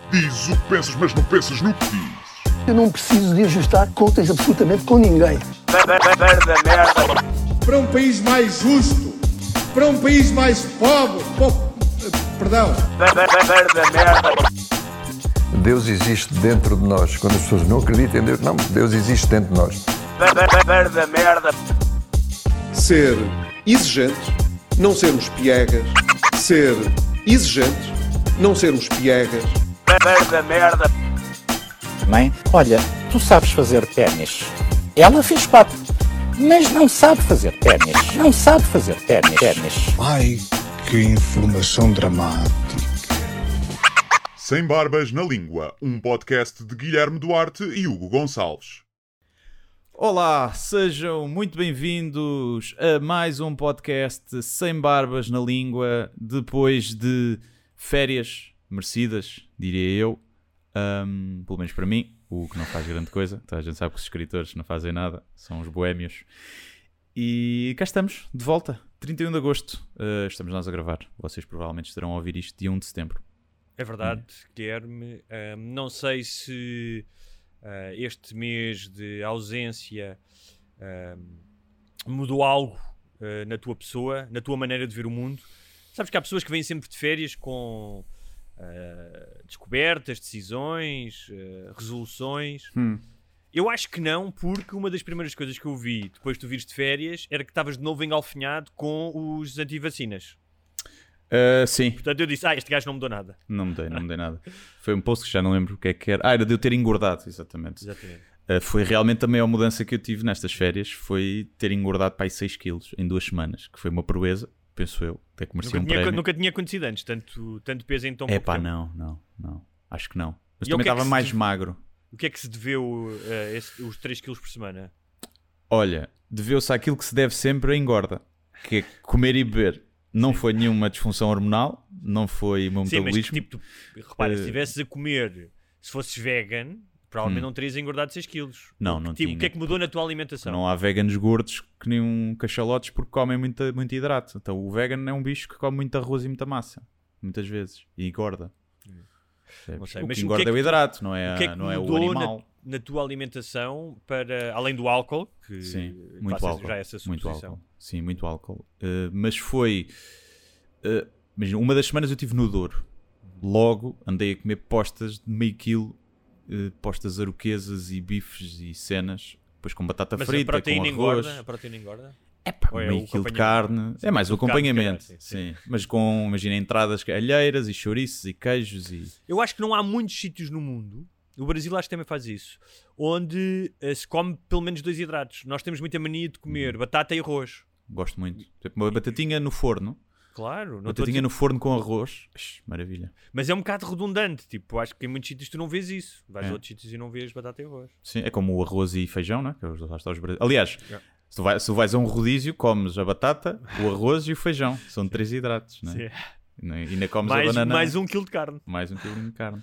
Dizes o que pensas, mas não pensas no que dizes. Eu não preciso de ajustar contas absolutamente com ninguém. Para um país mais justo, para um país mais pobre, perdão. Deus existe dentro de nós. Quando as pessoas não acreditam em Deus, não, Deus existe dentro de nós. Ser exigente, não sermos piegas. Ser exigente, não sermos piegas. Mãe, olha, tu sabes fazer ténis. Ela fez 4, mas não sabe fazer ténis. Não sabe fazer ténis. Ai, que informação dramática. Sem Barbas na Língua, um podcast de Guilherme Duarte e Hugo Gonçalves. Olá, sejam muito bem-vindos a mais um podcast Sem Barbas na Língua, depois de férias merecidas, diria eu, pelo menos para mim, o que não faz grande coisa. Então, a gente sabe que os escritores não fazem nada, são os boémios. E cá estamos, de volta, 31 de agosto, estamos nós a gravar. Vocês provavelmente estarão a ouvir isto dia 1 de setembro. É verdade, Guilherme. Não sei se este mês de ausência mudou algo na tua pessoa, na tua maneira de ver o mundo. Sabes que há pessoas que vêm sempre de férias com descobertas, decisões, resoluções. Eu acho que não, porque uma das primeiras coisas que eu vi depois de tu vires de férias era que estavas de novo engalfinhado com os antivacinas. Sim. Portanto eu disse, este gajo não mudou nada. Não mudei nada. Foi um post que já não lembro o que é que era. Era de eu ter engordado, exatamente. Foi realmente a maior mudança que eu tive nestas férias, foi ter engordado para aí 6 quilos em 2 semanas, que foi uma proeza, penso eu, até que merecia um prémio. Nunca tinha acontecido antes, tanto peso em tão pouco tempo. Não, acho que não. Mas E também estava mais magro. O que é que se deveu os 3 quilos por semana? Olha, deveu-se àquilo que se deve sempre a engorda, que é comer e beber. Não foi nenhuma disfunção hormonal, não foi o meu metabolismo. Sim, mas tipo, repara, se estivesses a comer, se fosses vegan, provavelmente não terias engordado 6 quilos. Não tinha. O que é que mudou na tua alimentação? Não há veganos gordos que nem um cachalotes porque comem muito hidrato. Então o vegan é um bicho que come muito arroz e muita massa, muitas vezes, e engorda. Não sei, o mas que engorda é o hidrato, não é, o que é que não é o mudou animal. Na tua alimentação, para além do álcool, que Sim, muito álcool. Já essa suposição. Sim, muito álcool. Mas foi... Imagina, uma das semanas eu estive no Douro. Logo andei a comer postas de meio quilo, postas aroquesas e bifes e cenas, depois com batata frita, com arroz. A proteína engorda? Meio quilo de carne. É mais o acompanhamento. Sim. Mas com, imagina, entradas alheiras e chouriços e queijos. Eu acho que não há muitos sítios no mundo, o Brasil acho que também faz isso, onde se come pelo menos 2 hidratos. Nós temos muita mania de comer batata e arroz. Gosto muito. Tipo, uma batatinha no forno. Claro. Batatinha no forno com arroz. Maravilha. Mas é um bocado redundante. Tipo, acho que em muitos sítios tu não vês isso. Vais a outros sítios e não vês batata e arroz. Sim, é como o arroz e feijão, né? Aliás, se tu vais a um rodízio, comes a batata, o arroz e o feijão. São 3 hidratos, né? Sim. E ainda comes a banana. Mais 1 quilo de carne. Mais 1 quilo de carne.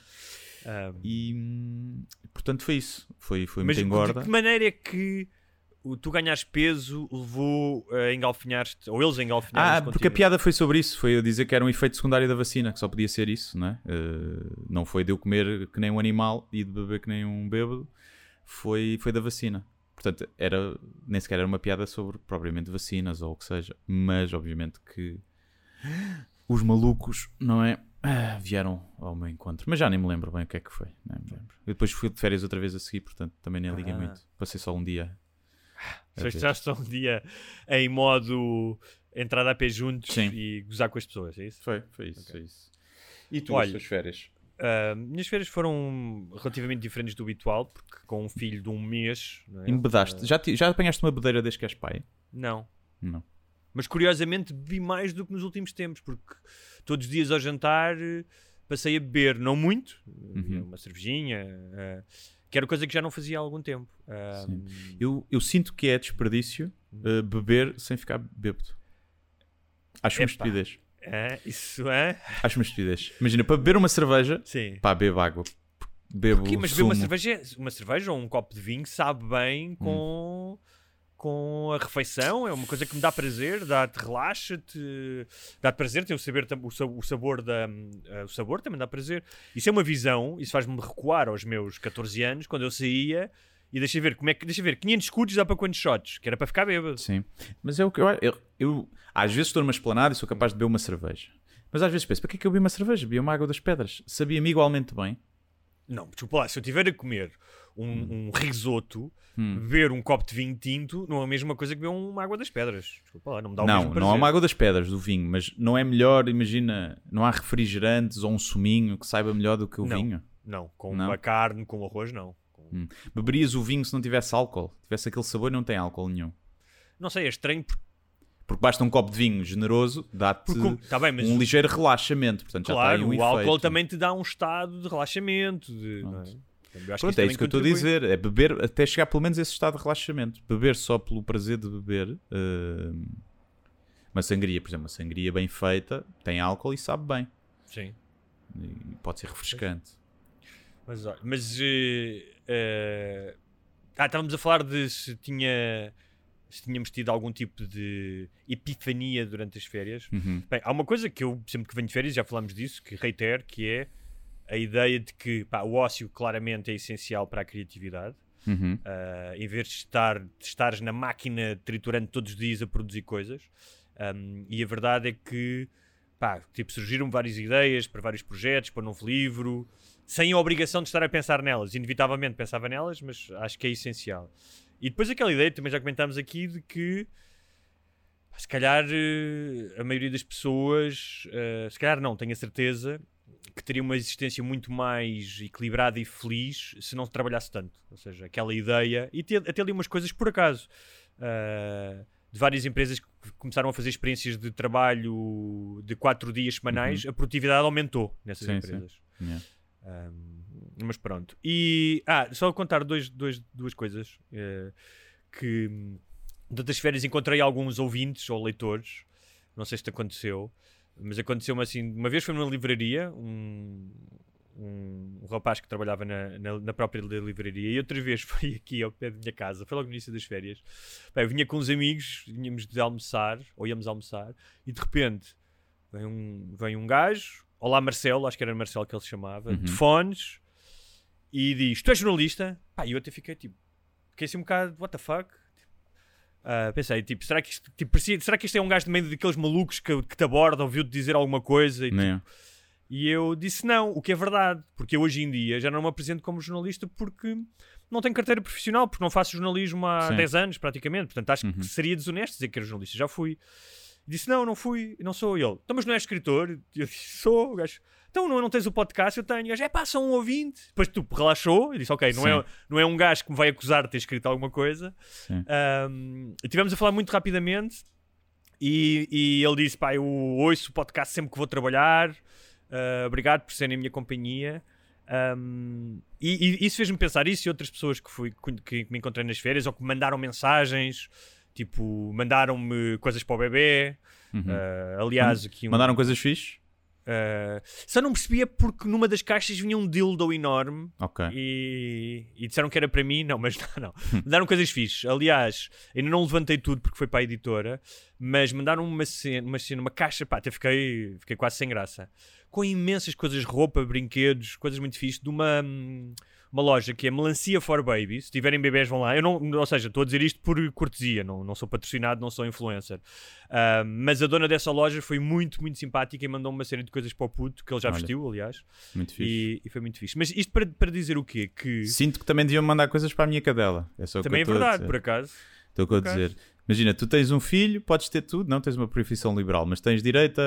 E portanto foi isso. Foi mas muito engorda. De que maneira é que tu ganhares peso levou a engalfinhar-te, ou eles a engalfinharem-te? Porque a piada foi sobre isso. Foi eu dizer que era um efeito secundário da vacina, que só podia ser isso, né? Não foi de eu comer que nem um animal e de beber que nem um bêbado. Foi da vacina. Portanto, nem sequer era uma piada sobre propriamente vacinas ou o que seja. Mas obviamente que os malucos, não é? Vieram ao meu encontro. Mas já nem me lembro bem o que é que foi. Nem me lembro. Eu depois fui de férias outra vez a seguir, portanto também nem liguei muito. Passei só um dia. Já estou um dia em modo entrada a pé juntos. Sim. E gozar com as pessoas, é isso? Foi isso. E tu, olha, as tuas férias? Minhas férias foram relativamente diferentes do habitual, porque com um filho de 1 mês... Não é? Embedaste? Já apanhaste uma bedeira desde que és pai? Não. Não. Mas curiosamente bebi mais do que nos últimos tempos, porque todos os dias ao jantar passei a beber, não muito, uma cervejinha... que era coisa que já não fazia há algum tempo. Eu sinto que é desperdício beber sem ficar bêbado. Acho uma estupidez. Isso é? Acho uma estupidez. Imagina, para beber uma cerveja, bebo água. Bebo mas sumo. Beber uma cerveja ou um copo de vinho sabe bem com com a refeição, é uma coisa que me dá prazer, relaxa-te, dá-te prazer, tem o sabor o sabor também dá prazer. Isso é uma visão, isso faz-me recuar aos meus 14 anos, quando eu saía e deixa ver 500 escudos dá para quantos shots, que era para ficar bêbado. Sim, mas é o que eu às vezes estou numa esplanada e sou capaz de beber uma cerveja, mas às vezes penso, para que é que eu bebi uma cerveja? Bebi uma água das pedras, sabia-me igualmente bem. Não, desculpa lá, se eu estiver a comer um risoto, beber um copo de vinho tinto não é a mesma coisa que beber uma água das pedras. Desculpa lá, não me dá o mesmo prazer. Não é uma água das pedras do vinho, mas não é melhor, imagina, não há refrigerantes ou um suminho que saiba melhor do que o vinho? Não, com uma carne, com arroz, não. Beberias o vinho se não tivesse álcool? Tivesse aquele sabor e não tem álcool nenhum? Não sei, é estranho porque basta um copo de vinho generoso, dá-te um ligeiro relaxamento. Portanto, claro, já está aí um efeito. Álcool também te dá um estado de relaxamento. Não é? Pronto, é isso que eu estou a dizer. É beber até chegar pelo menos a esse estado de relaxamento. Beber só pelo prazer de beber. Uma sangria, por exemplo, uma sangria bem feita, tem álcool e sabe bem. Sim. E pode ser refrescante. Mas estávamos a falar de se tínhamos tido algum tipo de epifania durante as férias. Bem, há uma coisa que eu sempre que venho de férias, já falámos disso, que reitero, que é a ideia de que o ócio claramente é essencial para a criatividade. Em vez de estares na máquina triturando todos os dias a produzir coisas. E a verdade é que surgiram várias ideias para vários projetos, para um novo livro, sem a obrigação de estar a pensar nelas. Inevitavelmente pensava nelas, mas acho que é essencial. E depois aquela ideia, também já comentámos aqui, de que se calhar a maioria das pessoas, se calhar não, tenho a certeza, que teria uma existência muito mais equilibrada e feliz se não se trabalhasse tanto. Ou seja, aquela ideia, e até ali umas coisas por acaso, de várias empresas que começaram a fazer experiências de trabalho de 4 dias semanais, a produtividade aumentou nessas empresas. Sim. Yeah. Mas pronto. E só contar duas coisas que durante as férias encontrei alguns ouvintes ou leitores, não sei se te aconteceu, mas aconteceu-me assim, uma vez foi numa livraria, um rapaz que trabalhava na própria livraria, e outra vez foi aqui ao pé da minha casa, foi logo no início das férias. Bem, eu vinha com uns amigos, íamos almoçar, e de repente vem um gajo, olá Marcelo, acho que era Marcelo que ele se chamava, de fones, e diz, tu és jornalista? E eu até fiquei assim um bocado, what the fuck? Pensei, será que isto é um gajo de meio daqueles malucos que te aborda, ouviu-te dizer alguma coisa? E eu disse não, o que é verdade, porque eu hoje em dia já não me apresento como jornalista porque não tenho carteira profissional, porque não faço jornalismo há 10 anos praticamente, portanto acho que seria desonesto dizer que era jornalista, já fui. Disse não fui, não sou. E ele, então mas não és escritor? E eu disse, sou. O gajo, então não tens o podcast? Eu tenho. E o gajo, são um ouvinte. Depois tu relaxou e disse, ok, não é um gajo que me vai acusar de ter escrito alguma coisa. E tivemos a falar muito rapidamente e ele disse, eu ouço o podcast sempre que vou trabalhar, obrigado por serem a minha companhia. E isso fez-me pensar, isso e outras pessoas que me encontrei nas férias ou que me mandaram mensagens. Tipo, mandaram-me coisas para o bebê. Aliás, aqui mandaram coisas fixe? Só não percebia porque numa das caixas vinha um dildo enorme. Okay. E disseram que era para mim. Não, mas não. Mandaram coisas fixe. Aliás, ainda não levantei tudo porque foi para a editora. Mas mandaram uma caixa. Até fiquei quase sem graça. Com imensas coisas, roupa, brinquedos, coisas muito fixe. De uma loja que é Melancia for Babies. Se tiverem bebés vão lá. Ou seja, estou a dizer isto por cortesia, não sou patrocinado, não sou influencer. Mas a dona dessa loja foi muito, muito simpática e mandou-me uma série de coisas para o puto, que ele já vestiu, aliás. Muito fixe. E foi muito fixe. Mas isto para dizer o quê? Que sinto que também deviam mandar coisas para a minha cadela. Também é verdade, por acaso. Estou a dizer. Imagina, tu tens um filho, podes ter tudo, não tens uma profissão liberal, mas tens direito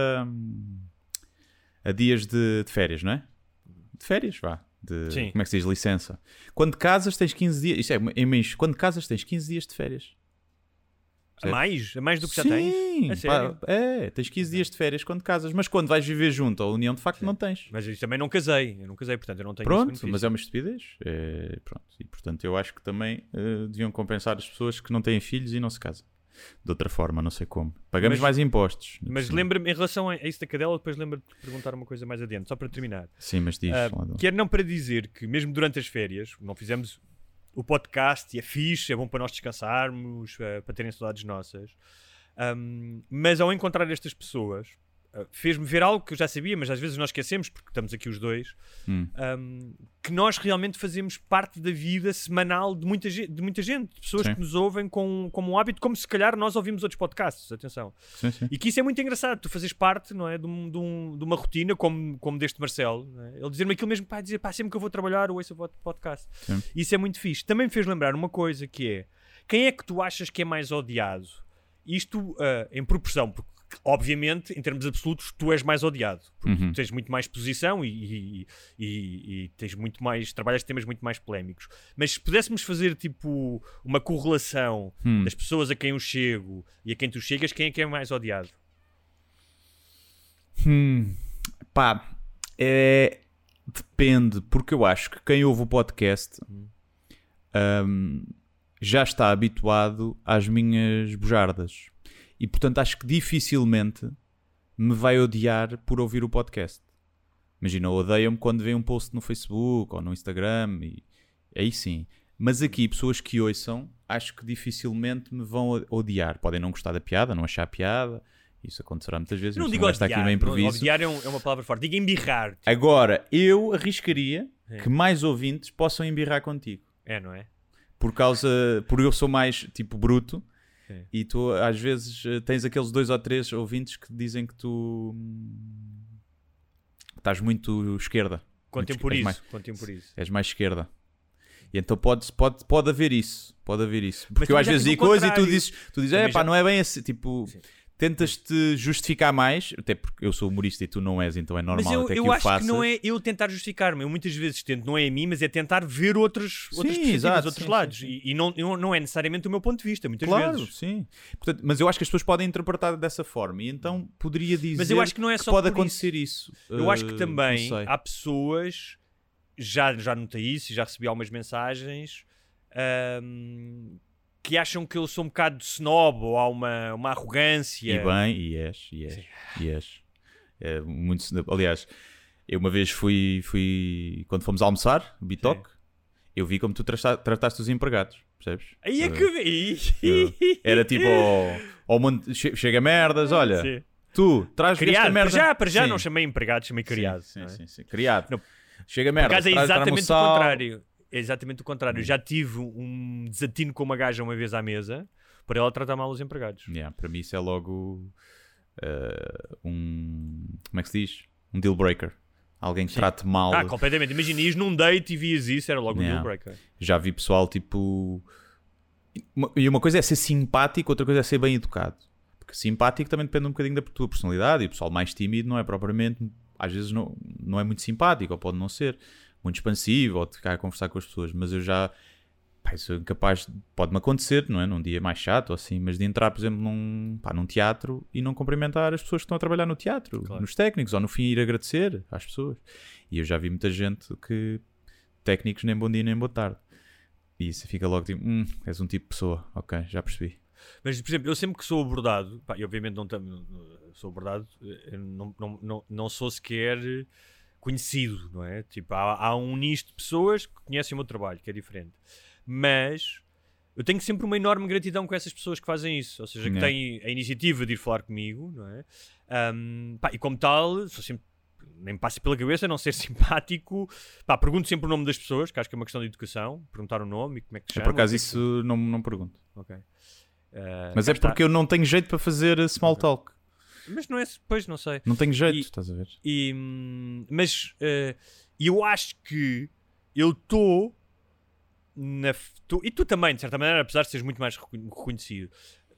a dias de férias, não é? De férias, vá. Como é que se diz? Licença. Quando casas tens 15 dias. Isto é imenso. Quando casas tens 15 dias de férias. A mais do que já tens? Sim, tens 15 dias de férias quando casas. Mas quando vais viver junto, a união de facto não tens. Mas eu também não casei. Eu não casei, portanto eu não tenho. Pronto, mas é uma estupidez. Pronto. E portanto eu acho que também deviam compensar as pessoas que não têm filhos e não se casam. De outra forma, não sei como. Pagamos mais impostos. Mas lembra-me, em relação a isso da cadela, depois lembro-me de perguntar uma coisa mais adiante, só para terminar. Sim, mas diz. Que era não para dizer que, mesmo durante as férias, não fizemos o podcast, e é fixe, é bom para nós descansarmos, para terem saudades nossas. Mas ao encontrar estas pessoas, fez-me ver algo que eu já sabia, mas às vezes nós esquecemos, porque estamos aqui os dois, que nós realmente fazemos parte da vida semanal de muita gente, de pessoas Sim. que nos ouvem como um hábito, como se calhar nós ouvimos outros podcasts, atenção. Sim, sim. E que isso é muito engraçado, tu fazes parte, não é, de uma rotina como deste Marcelo, não é? Ele dizer-me aquilo mesmo, pá, dizer, pá, sempre que eu vou trabalhar eu ouço o podcast. Sim. Isso é muito fixe. Também me fez lembrar uma coisa que é, quem é que tu achas que é mais odiado? Isto em proporção, porque obviamente, em termos absolutos, tu és mais odiado, porque tu tens muito mais posição e tens muito mais, trabalhas temas muito mais polémicos. Mas se pudéssemos fazer tipo uma correlação das pessoas a quem eu chego e a quem tu chegas, quem é que é mais odiado? Pá, depende, porque eu acho que quem ouve o podcast já está habituado às minhas bujardas. E portanto acho que dificilmente me vai odiar por ouvir o podcast. Imagina, odeia-me quando vê um post no Facebook ou no Instagram, e aí sim. Mas aqui, pessoas que ouçam, acho que dificilmente me vão odiar. Podem não gostar da piada, não achar piada. Isso acontecerá muitas vezes. Não mas digo está aqui meio improviso. odiar é uma palavra forte. Diga embirrar. Tipo. Agora, eu arriscaria que mais ouvintes possam embirrar contigo. É, não é? Porque eu sou mais, tipo, bruto. Sim. E tu, às vezes, tens aqueles 2 ou 3 ouvintes que dizem que tu estás muito esquerda. Contemporizo. És mais esquerda. E então pode haver isso. Pode haver isso. Porque eu às vezes digo coisa e tu dizes pá, não é bem assim. Tipo, tentas-te justificar mais, até porque eu sou humorista e tu não és, então é normal mas até que eu o acho faças. que não é eu tentar justificar-me. Eu muitas vezes tento, não é a mim, mas é tentar ver outras perspectivas, exato, outros sim, lados. sim, sim. E não é necessariamente o meu ponto de vista, muitas Claro, vezes. sim. Portanto, mas eu acho que as pessoas podem interpretar dessa forma e então poderia dizer mas eu acho que não é só pode por acontecer isso. Eu acho que também não sei. há pessoas, já notei isso e já recebi algumas mensagens, que acham que eu sou um bocado snob ou há uma arrogância. E bem, e és. É muito, aliás, eu uma vez fui quando fomos almoçar, o Bitoque, eu vi como tu trataste os empregados, percebes? Aí é que era tipo chega merdas, olha, sim. tu traz esta merda. Para já Sim. não chamei empregados, chamei criado. Sim, não é? sim. Criado. Não. Chega Por merda. acaso é traz exatamente o almoçar. contrário. É exatamente o contrário. Eu já tive um desatino com uma gaja uma vez à mesa por ela tratar mal os empregados. Para mim isso é logo como é que se diz? Um deal breaker. Alguém que trate mal. Completamente. Imagina, ias num date e vias isso, era logo um deal breaker. Já vi pessoal tipo... E uma coisa é ser simpático, outra coisa é ser bem educado. Porque simpático também depende um bocadinho da tua personalidade, e o pessoal mais tímido não é propriamente... Às vezes não é muito simpático, ou pode não ser muito expansivo, ou de ficar a conversar com as pessoas, mas eu já sou incapaz, pode-me acontecer, não é? Num dia mais chato ou assim, mas de entrar, por exemplo, num teatro e não cumprimentar as pessoas que estão a trabalhar no teatro, claro. Nos técnicos, ou no fim ir agradecer às pessoas. E eu já vi muita gente que técnicos nem bom dia nem boa tarde. E isso fica logo tipo, és um tipo de pessoa, ok, já percebi. Mas, por exemplo, eu sempre que sou abordado, e obviamente sou abordado, não sou sequer conhecido, não é? Tipo, há um nicho de pessoas que conhecem o meu trabalho, que é diferente. Mas eu tenho sempre uma enorme gratidão com essas pessoas que fazem isso, ou seja, que têm a iniciativa de ir falar comigo, não é? E como tal, sou sempre, nem me passa pela cabeça não ser simpático. Pergunto sempre o nome das pessoas, que acho que é uma questão de educação, perguntar o nome e como é que te chamam. Por acaso isso não pergunto. Ok. Mas é porque eu não tenho jeito para fazer small talk. Mas não é, pois não sei. Não tenho jeito, estás a ver? Mas eu acho que eu estou e tu também, de certa maneira, apesar de seres muito mais reconhecido,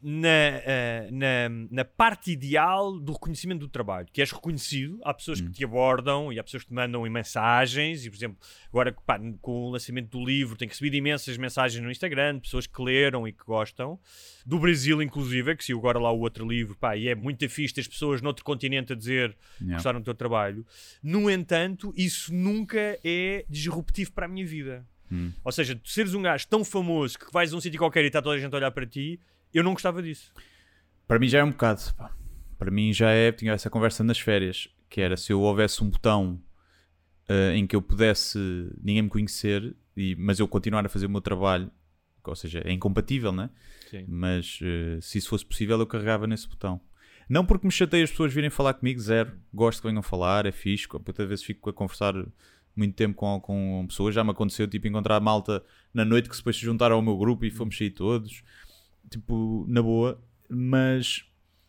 na parte ideal do reconhecimento do trabalho, que és reconhecido, há pessoas que te abordam e há pessoas que te mandam mensagens, e por exemplo, agora com o lançamento do livro tenho recebido imensas mensagens no Instagram de pessoas que leram e que gostam, do Brasil inclusive, que saiu agora lá o outro livro, e é muito fixe as pessoas noutro continente a dizer que gostaram do teu trabalho. No entanto, isso nunca é disruptivo para a minha vida. Ou seja, tu seres um gajo tão famoso que vais a um sítio qualquer e está toda a gente a olhar para ti, eu não gostava disso. Para mim já é um bocado. Para mim já é... Tinha essa conversa nas férias, que era se eu houvesse um botão em que eu pudesse ninguém me conhecer, mas eu continuar a fazer o meu trabalho, ou seja, é incompatível, né? Sim. Mas se isso fosse possível, eu carregava nesse botão. Não porque me chateie as pessoas virem falar comigo, zero. Gosto que venham falar, é fixe. Muitas vezes fico a conversar muito tempo com pessoas. Já me aconteceu, tipo, encontrar malta na noite que depois se juntaram ao meu grupo e fomos sair todos. Tipo, na boa. Mas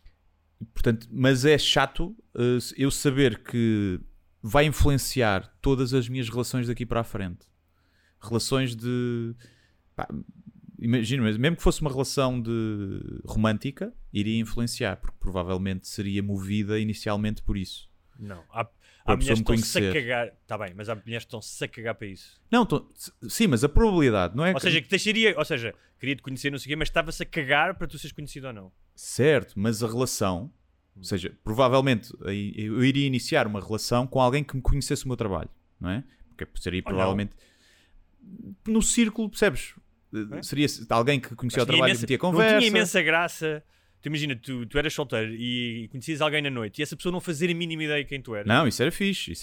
é chato eu saber que vai influenciar todas as minhas relações daqui para a frente. Relações de... Imagina, mesmo que fosse uma relação romântica, iria influenciar, porque provavelmente seria movida inicialmente por isso. Não, há mulheres que estão-se a cagar. Está bem, mas há mulheres que estão-se a cagar para isso. Não, sim, mas a probabilidade, não é? Ou seja, que deixaria... Ou seja, queria-te conhecer, não sei o quê, mas estava-se a cagar para tu seres conhecido ou não. Certo, mas a relação... Ou seja, provavelmente eu iria iniciar uma relação com alguém que me conhecesse o meu trabalho, não é? Porque seria provavelmente... No círculo, percebes? Seria alguém que conhecia o trabalho e metia conversa. Não tinha imensa graça. Tu imagina, tu eras solteiro e conhecias alguém na noite e essa pessoa não fazia a mínima ideia de quem tu eras. Não, isso era fixe.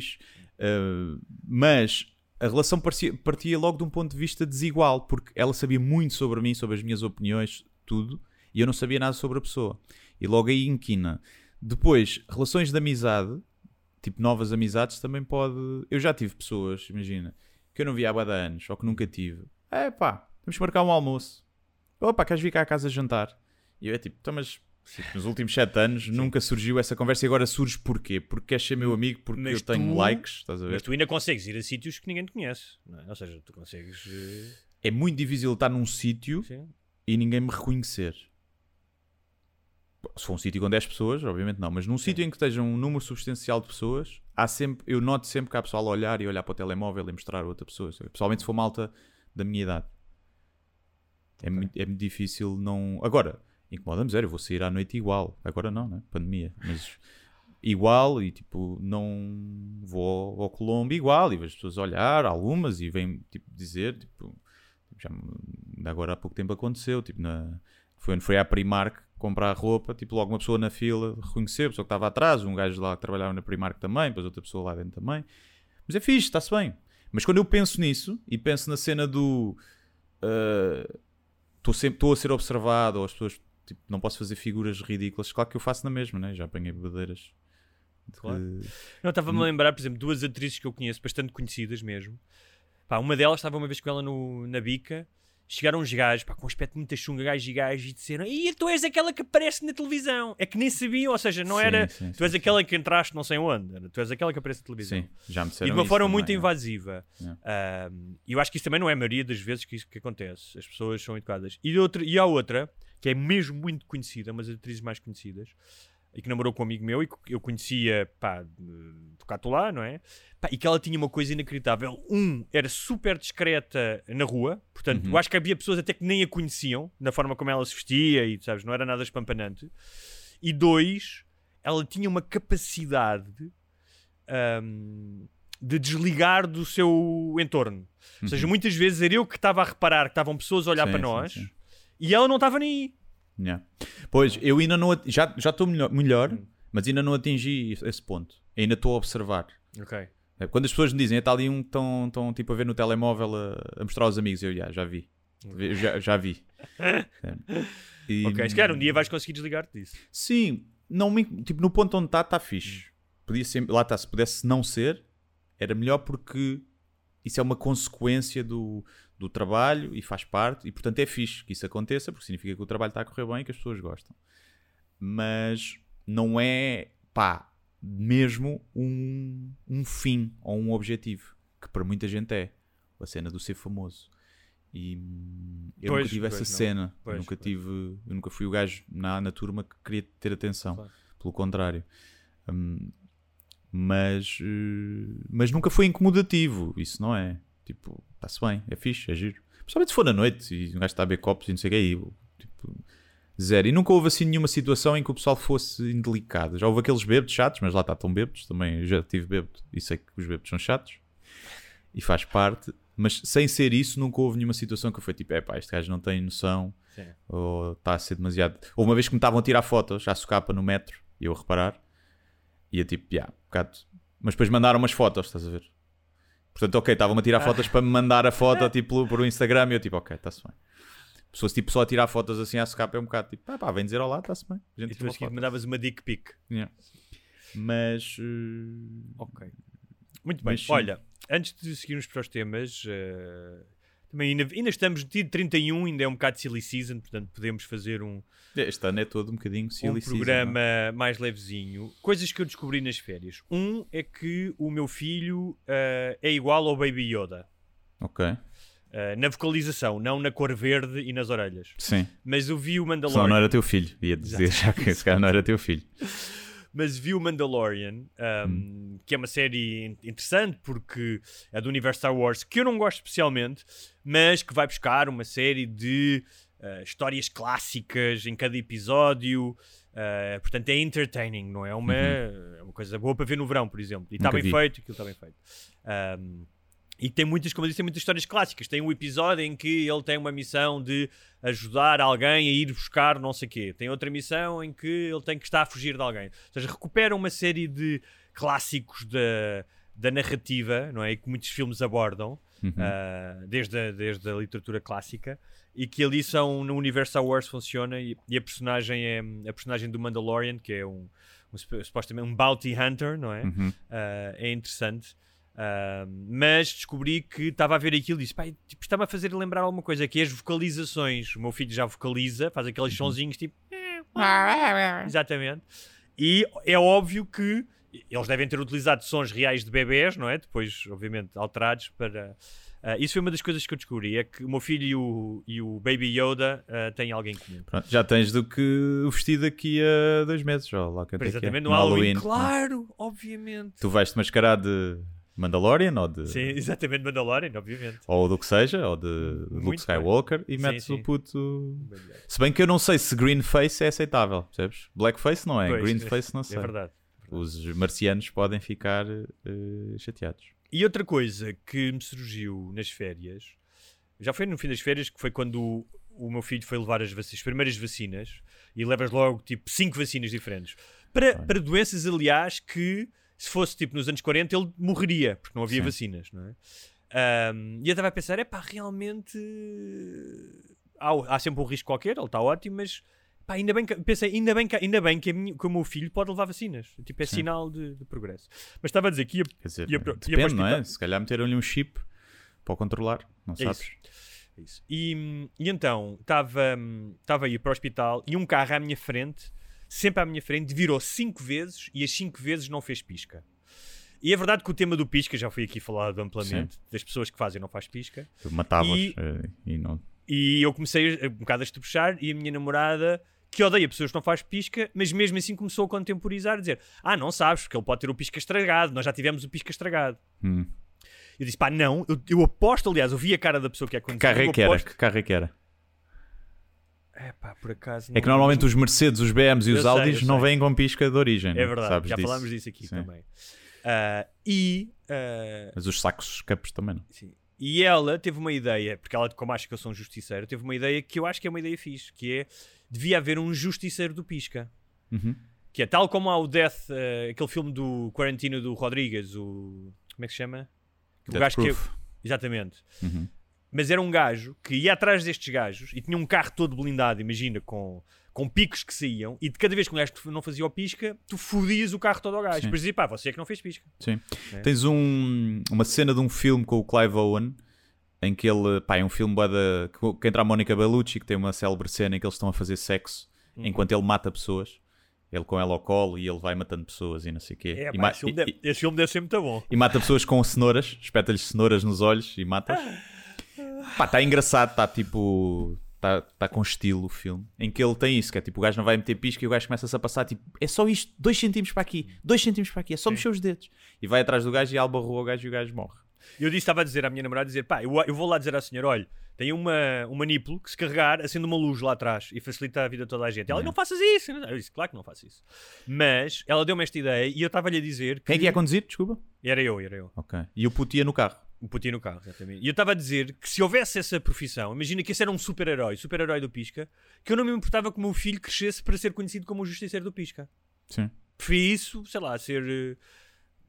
Mas a relação partia logo de um ponto de vista desigual, porque ela sabia muito sobre mim, sobre as minhas opiniões, tudo, e eu não sabia nada sobre a pessoa. E logo aí inquina. Depois, relações de amizade, tipo novas amizades, também pode... Eu já tive pessoas, imagina, que eu não via há bué de anos, ou que nunca tive. Temos que marcar um almoço. Opa, queres vir cá a casa jantar? E eu tipo, mas nos últimos 7 anos nunca surgiu essa conversa e agora surge porquê? Porque queres ser meu amigo, porque eu tenho likes, estás a ver? Mas tu ainda consegues ir a sítios que ninguém te conhece, não é? Ou seja, tu consegues... É muito difícil estar num sítio e ninguém me reconhecer. Se for um sítio com 10 pessoas, obviamente não, mas num sítio em que esteja um número substancial de pessoas, eu noto sempre que há pessoal a olhar e olhar para o telemóvel e mostrar a outra pessoa. Pessoalmente se for malta da minha idade. É muito difícil não... Agora, incomoda-me zero, eu vou sair à noite igual. Agora não, né? Pandemia. Mas igual e tipo, não vou ao Colombo igual e vejo as pessoas olhar, algumas, e vêm tipo dizer, tipo já agora há pouco tempo aconteceu, tipo foi à Primark comprar roupa, tipo logo uma pessoa na fila reconheceu, a pessoa que estava atrás, um gajo lá que trabalhava na Primark também, depois outra pessoa lá dentro também. Mas é fixe, está-se bem. Mas quando eu penso nisso e penso na cena do estou a ser observado, ou as pessoas tipo, não posso fazer figuras ridículas, claro que eu faço na mesma, né? Já apanhei bebedeiras. Claro. Não, estava-me a lembrar, por exemplo, 2 atrizes que eu conheço, bastante conhecidas mesmo. Uma delas estava uma vez com ela na bica. Chegaram uns gajos, com um aspecto muito chunga, gajos e disseram: "E tu és aquela que aparece na televisão." É que nem sabiam, ou seja, não era tu és aquela que entraste não sei onde, tu és aquela que aparece na televisão. Sim, já me disseram. E de uma forma muito também, invasiva. E eu acho que isso também não é a maioria das vezes que isso que acontece. As pessoas são educadas. E há outra, que é mesmo muito conhecida, umas atrizes mais conhecidas, e que namorou com um amigo meu e que eu conhecia, do Catolá, não é? E que ela tinha uma coisa inacreditável. Era super discreta na rua, portanto, eu acho que havia pessoas até que nem a conheciam, na forma como ela se vestia e, sabes, não era nada espampanante. E 2, ela tinha uma capacidade de desligar do seu entorno. Ou seja, muitas vezes era eu que estava a reparar que estavam pessoas a olhar para nós e ela não estava nem aí. Pois, eu ainda não... Já estou melhor, mas ainda não atingi esse ponto. Ainda estou a observar. Ok. Quando as pessoas me dizem, está ali um que estão tipo a ver no telemóvel a mostrar aos amigos, eu já vi. Já vi. Ok, se calhar um dia vais conseguir desligar-te disso. Sim, tipo, no ponto onde está fixe. Podia ser, lá está, se pudesse não ser, era melhor porque isso é uma consequência do trabalho e faz parte, e portanto é fixe que isso aconteça, porque significa que o trabalho está a correr bem e que as pessoas gostam. Mas não é, mesmo um fim ou um objetivo, que para muita gente é a cena do ser famoso. E eu nunca tive essa cena. Eu nunca fui o gajo na turma que queria ter atenção. Claro. Pelo contrário. Mas nunca foi incomodativo. Isso não é. Tipo, está-se bem, é fixe, é giro. Principalmente se for na noite e um gajo está a beber copos e não sei o que aí. Tipo, zero. E nunca houve assim nenhuma situação em que o pessoal fosse indelicado. Já houve aqueles bêbados chatos, mas lá tão bêbados também. Eu já tive bêbado e sei que os bêbados são chatos. E faz parte. Mas sem ser isso, nunca houve nenhuma situação que eu fui tipo, este gajo não tem noção. Sim. Ou está a ser demasiado... Houve uma vez que me estavam a tirar fotos à socapa no metro e eu a reparar. E eu tipo, bocado... Mas depois mandaram umas fotos, estás a ver? Portanto, ok, estavam-me a tirar fotos para me mandar a foto tipo, por Instagram e eu tipo, ok, está-se bem. Se fosse tipo só a tirar fotos assim à socapa é um bocado tipo, vem dizer olá, está-se bem. A gente E depois mandavas uma dick pic. Yeah. Mas... Ok. Muito bem. Olha, antes de seguirmos para os temas... também ainda estamos no dia 31, ainda é um bocado silly season, portanto podemos fazer este ano é todo um bocadinho silly season, programa mais levezinho. Coisas que eu descobri nas férias. É que o meu filho é igual ao Baby Yoda. Ok. Na vocalização, não na cor verde e nas orelhas. Sim. Mas eu vi o Mandalorian. Só não era teu filho, ia dizer já que esse cara não era teu filho. Mas vi o Mandalorian, que é uma série interessante porque é do universo Star Wars, que eu não gosto especialmente, mas que vai buscar uma série de histórias clássicas em cada episódio. Portanto, é entertaining, não é? É uma coisa boa para ver no verão, por exemplo. E está bem feito, aquilo está bem feito. E tem muitas, como eu disse, tem muitas histórias clássicas. Tem um episódio em que ele tem uma missão de ajudar alguém a ir buscar não sei o quê. Tem outra missão em que ele tem que estar a fugir de alguém. Ou seja, recupera uma série de clássicos da narrativa, não é? E que muitos filmes abordam, desde a literatura clássica, e que ali são, no universo Star Wars funciona, e a personagem é a personagem do Mandalorian, que é supostamente um bounty hunter, não é? É interessante. Mas descobri que estava a ver aquilo e disse, tipo, está-me a fazer lembrar alguma coisa, que é as vocalizações. O meu filho já vocaliza, faz aqueles sonzinhos tipo exatamente, e é óbvio que eles devem ter utilizado sons reais de bebés, não é? Depois, obviamente, alterados para... isso foi uma das coisas que eu descobri, é que o meu filho e o Baby Yoda têm algo em comum. Pronto, já tens do que o vestido daqui a 2 meses, lá que exatamente, no Halloween. Claro, obviamente. Tu vais-te mascarar de Mandalorian ou de... Sim, exatamente, Mandalorian, obviamente. Ou do que seja, ou de Luke Skywalker, e metes o puto... Se bem que eu não sei se green face é aceitável, percebes? Blackface não é, green face não sei. É verdade. Os marcianos podem ficar chateados. E outra coisa que me surgiu nas férias, já foi no fim das férias, que foi quando o meu filho foi levar as primeiras vacinas, e levas logo tipo 5 vacinas diferentes. Para doenças, aliás, que... Se fosse tipo nos anos 40, ele morreria, porque não havia vacinas, não é? E eu estava a pensar, realmente há sempre um risco qualquer, ele está ótimo, mas ainda bem que o meu filho pode levar vacinas. Tipo, é sinal de progresso. Mas estava a dizer que depende, não é? Se calhar meteram-lhe um chip para o controlar, não sabes? Isso. E então, estava a ir para o hospital e um carro à minha frente, sempre à minha frente, virou 5 vezes e as 5 vezes não fez pisca. E é verdade que o tema do pisca já foi aqui falado amplamente, das pessoas que fazem e não faz pisca. Tu matavas e não... E eu comecei um bocado a estrebuchar, e a minha namorada, que odeia pessoas que não faz pisca, mas mesmo assim começou a contemporizar, a dizer, não sabes, porque ele pode ter o pisca estragado, nós já tivemos o pisca estragado. Eu disse, não, eu aposto, aliás, eu vi a cara da pessoa que é conduzir. Que carro é que era? Por acaso... É que normalmente os Mercedes, os BMs e os Audis não vêm com pisca de origem. É verdade, sabes já disso. falámos disso aqui também. Mas os sacos escapes também não. Sim. E ela teve uma ideia, porque ela, como acha que eu sou um justiceiro, teve uma ideia que eu acho que é uma ideia fixe, que é, devia haver um justiceiro do pisca. Que é tal como há o Death, aquele filme do Quarantino do Rodrigues, como é que se chama? O gajo que exatamente. Mas era um gajo que ia atrás destes gajos e tinha um carro todo blindado, imagina, com picos que saíam, e de cada vez que um gajo não fazia o pisca, tu fodias o carro todo ao gajo. Depois dizia, você é que não fez pisca. Sim. Tens uma cena de um filme com o Clive Owen, em que ele, é um filme que entra a Mónica Bellucci, que tem uma célebre cena em que eles estão a fazer sexo enquanto ele mata pessoas. Ele com ela ao colo e ele vai matando pessoas e não sei o quê. Esse filme deve ser muito bom. E mata pessoas com cenouras, espeta-lhes cenouras nos olhos e mata-as. Está engraçado, está tipo... Está com estilo o filme. Em que ele tem isso, que é tipo, o gajo não vai meter pisca e o gajo começa-se a passar, tipo, é só isto, 2 centímetros para aqui, 2 centímetros para aqui, é só mexer os dedos. E vai atrás do gajo e albarrou o gajo e o gajo morre. Eu estava a dizer à minha namorada, eu vou lá dizer à senhora, olha, tem um manipulo que se carregar acende uma luz lá atrás e facilita a vida de toda a gente. Ela, não faças isso. Eu disse, claro que não faço isso. Mas ela deu-me esta ideia e eu estava-lhe a dizer que... Quem é que ia conduzir? Desculpa. Era eu. Ok. E o puto ia no carro? O puto ia no carro, exatamente. E eu estava a dizer que se houvesse essa profissão, imagina que esse era um super-herói do Pisca, que eu não me importava que o meu filho crescesse para ser conhecido como o justiceiro do Pisca. Sim. Preferi isso, sei lá, ser...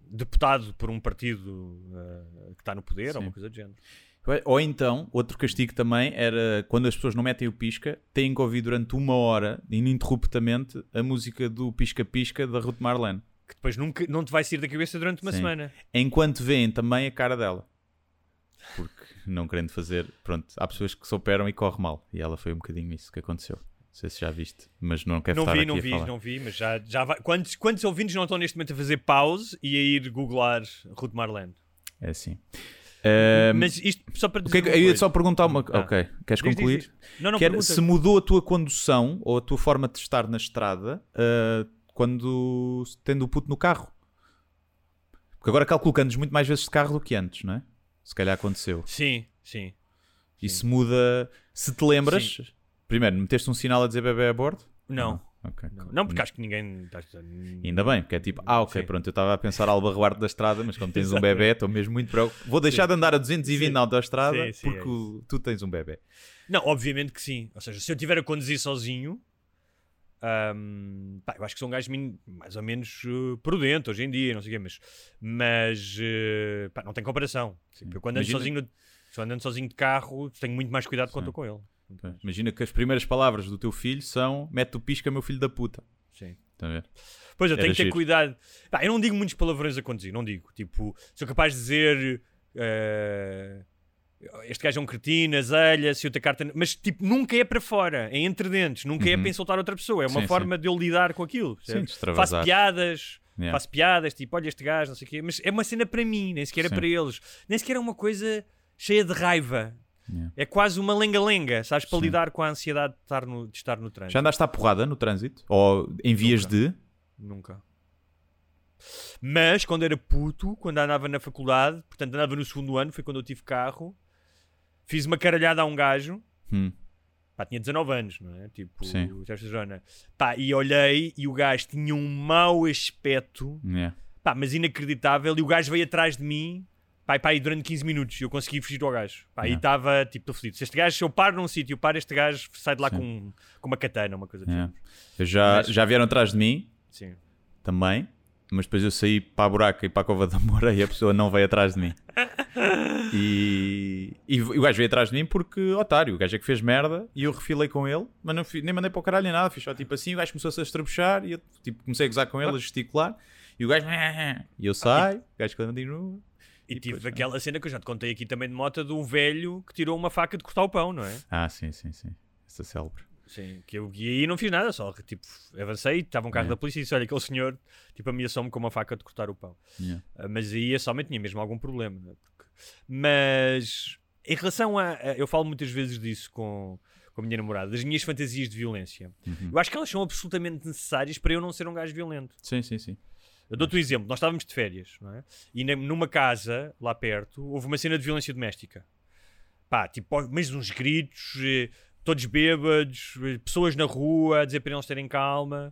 deputado por um partido que está no poder, Sim. ou uma coisa do género. Ou então, outro castigo também era quando as pessoas não metem o pisca, têm que ouvir durante 1 hora, ininterruptamente, a música do Pisca-Pisca da Ruth Marlene. Que depois não te vai sair da cabeça durante uma Sim. semana. Enquanto veem também a cara dela. Porque não querendo fazer... Pronto, há pessoas que se operam e corre mal. E ela foi um bocadinho isso que aconteceu. Não sei se já viste, mas não quero estar aqui a falar. Não vi, mas já vai. Quantos ouvintes não estão neste momento a fazer pause e a ir googlar Ruth Marlene? É assim. Mas isto só para dizer Eu ia só perguntar uma... Ok, queres concluir? Diz. Não, Que era, se mudou a tua condução ou a tua forma de estar na estrada quando tendo o puto no carro? Porque agora calculo que andas muito mais vezes de carro do que antes, não é? Se calhar aconteceu. Sim. Isso muda... Se te lembras... Primeiro, meteste um sinal a dizer bebê a bordo? Não. Okay. Não, porque acho que ninguém... Ainda bem, porque é tipo, ok, Sim. pronto, eu estava a pensar albarroar-te da estrada, mas como tens um bebê, estou mesmo muito preocupado. Vou deixar de andar a 220 na autoestrada porque tu tens um bebê. Não, obviamente que sim. Ou seja, se eu estiver a conduzir sozinho, eu acho que sou um gajo mais ou menos prudente hoje em dia, não sei o quê, mas não tem comparação. Eu quando ando sozinho de carro, tenho muito mais cuidado quando estou com ele. Imagina que as primeiras palavras do teu filho são mete o pisca, meu filho da puta. Sim. Está a ver? Pois, eu tenho que ter giro. cuidado. Eu não digo muitos palavrões a conduzir, não digo. Tipo, sou capaz de dizer este gajo é um cretino, azelha, se outra carta... Mas, tipo, nunca é para fora, é entre dentes, nunca é para insultar outra pessoa. É uma forma de eu lidar com aquilo. Sim, faço piadas, Yeah. faço piadas, tipo, olha este gajo, não sei o quê. Mas é uma cena para mim, nem sequer é para eles. Nem sequer é uma coisa cheia de raiva. Yeah. É quase uma lenga-lenga, sabes, para lidar com a ansiedade de estar no trânsito. Já andaste à porrada no trânsito? Ou em vias de... Nunca. Mas quando era puto, quando andava na faculdade, portanto andava no 2º ano, foi quando eu tive carro, fiz uma caralhada a um gajo, tinha 19 anos, não é? Tipo, Jona. E olhei e o gajo tinha um mau aspecto, mas inacreditável, e o gajo veio atrás de mim, e durante 15 minutos eu consegui fugir ao gajo. E estava tipo fodido. Se este gajo, se eu paro num sítio, este gajo sai de lá com uma katana, uma coisa do género. Já vieram atrás de mim, Sim. também, mas depois eu saí para a buraca e para a Cova da Moura e a pessoa não veio atrás de mim. E o gajo veio atrás de mim porque, otário, o gajo é que fez merda e eu refilei com ele, mas não nem mandei para o caralho nem nada, fiz só tipo assim, o gajo começou-se a estrabuchar e eu tipo, comecei a gozar com ele, a gesticular, e o gajo... E eu saio, o gajo continua... E tive aquela cena que eu já te contei aqui também de moto, de um velho que tirou uma faca de cortar o pão, não é? Sim. Essa célebre. Sim, e aí não fiz nada, só tipo, avancei, estava um carro da polícia e disse, olha, aquele senhor tipo, ameaçou-me com uma faca de cortar o pão. Mas aí eu somente tinha mesmo algum problema, não é? Mas em relação a... Eu falo muitas vezes disso com a minha namorada, das minhas fantasias de violência. Eu acho que elas são absolutamente necessárias para eu não ser um gajo violento. Sim. Eu dou-te um exemplo, nós estávamos de férias, não é? E numa casa, lá perto, houve uma cena de violência doméstica. Tipo, mesmo uns gritos, todos bêbados, pessoas na rua a dizer para eles terem calma.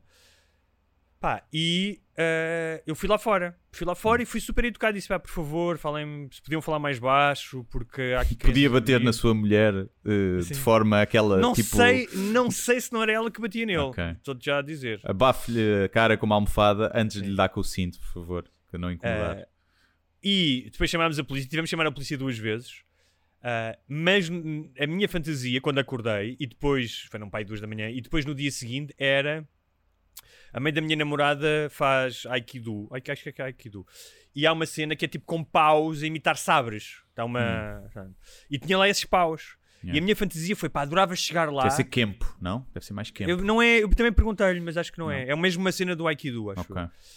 Eu fui lá fora e fui super educado e disse, por favor, se podiam falar mais baixo, porque há aqui... Podia bater na sua mulher de forma aquela, não tipo... Não sei se não era ela que batia nele, estou-te já a dizer. Abafe-lhe a cara com uma almofada antes de lhe dar com o cinto, por favor, que não incomodar. E depois chamámos a polícia, tivemos que chamar a polícia 2 vezes, mas a minha fantasia, quando acordei, e depois, foi num pai 2 da manhã, e depois no dia seguinte era... A mãe da minha namorada faz Aikido. Acho que é Aikido. E há uma cena que é tipo com paus a imitar sabres. E tinha lá esses paus. E a minha fantasia foi, adorava chegar lá. Deve ser Kempo, não? Deve ser mais Kempo. Eu também perguntei-lhe, mas acho que não é. É mesmo uma cena do Aikido, acho.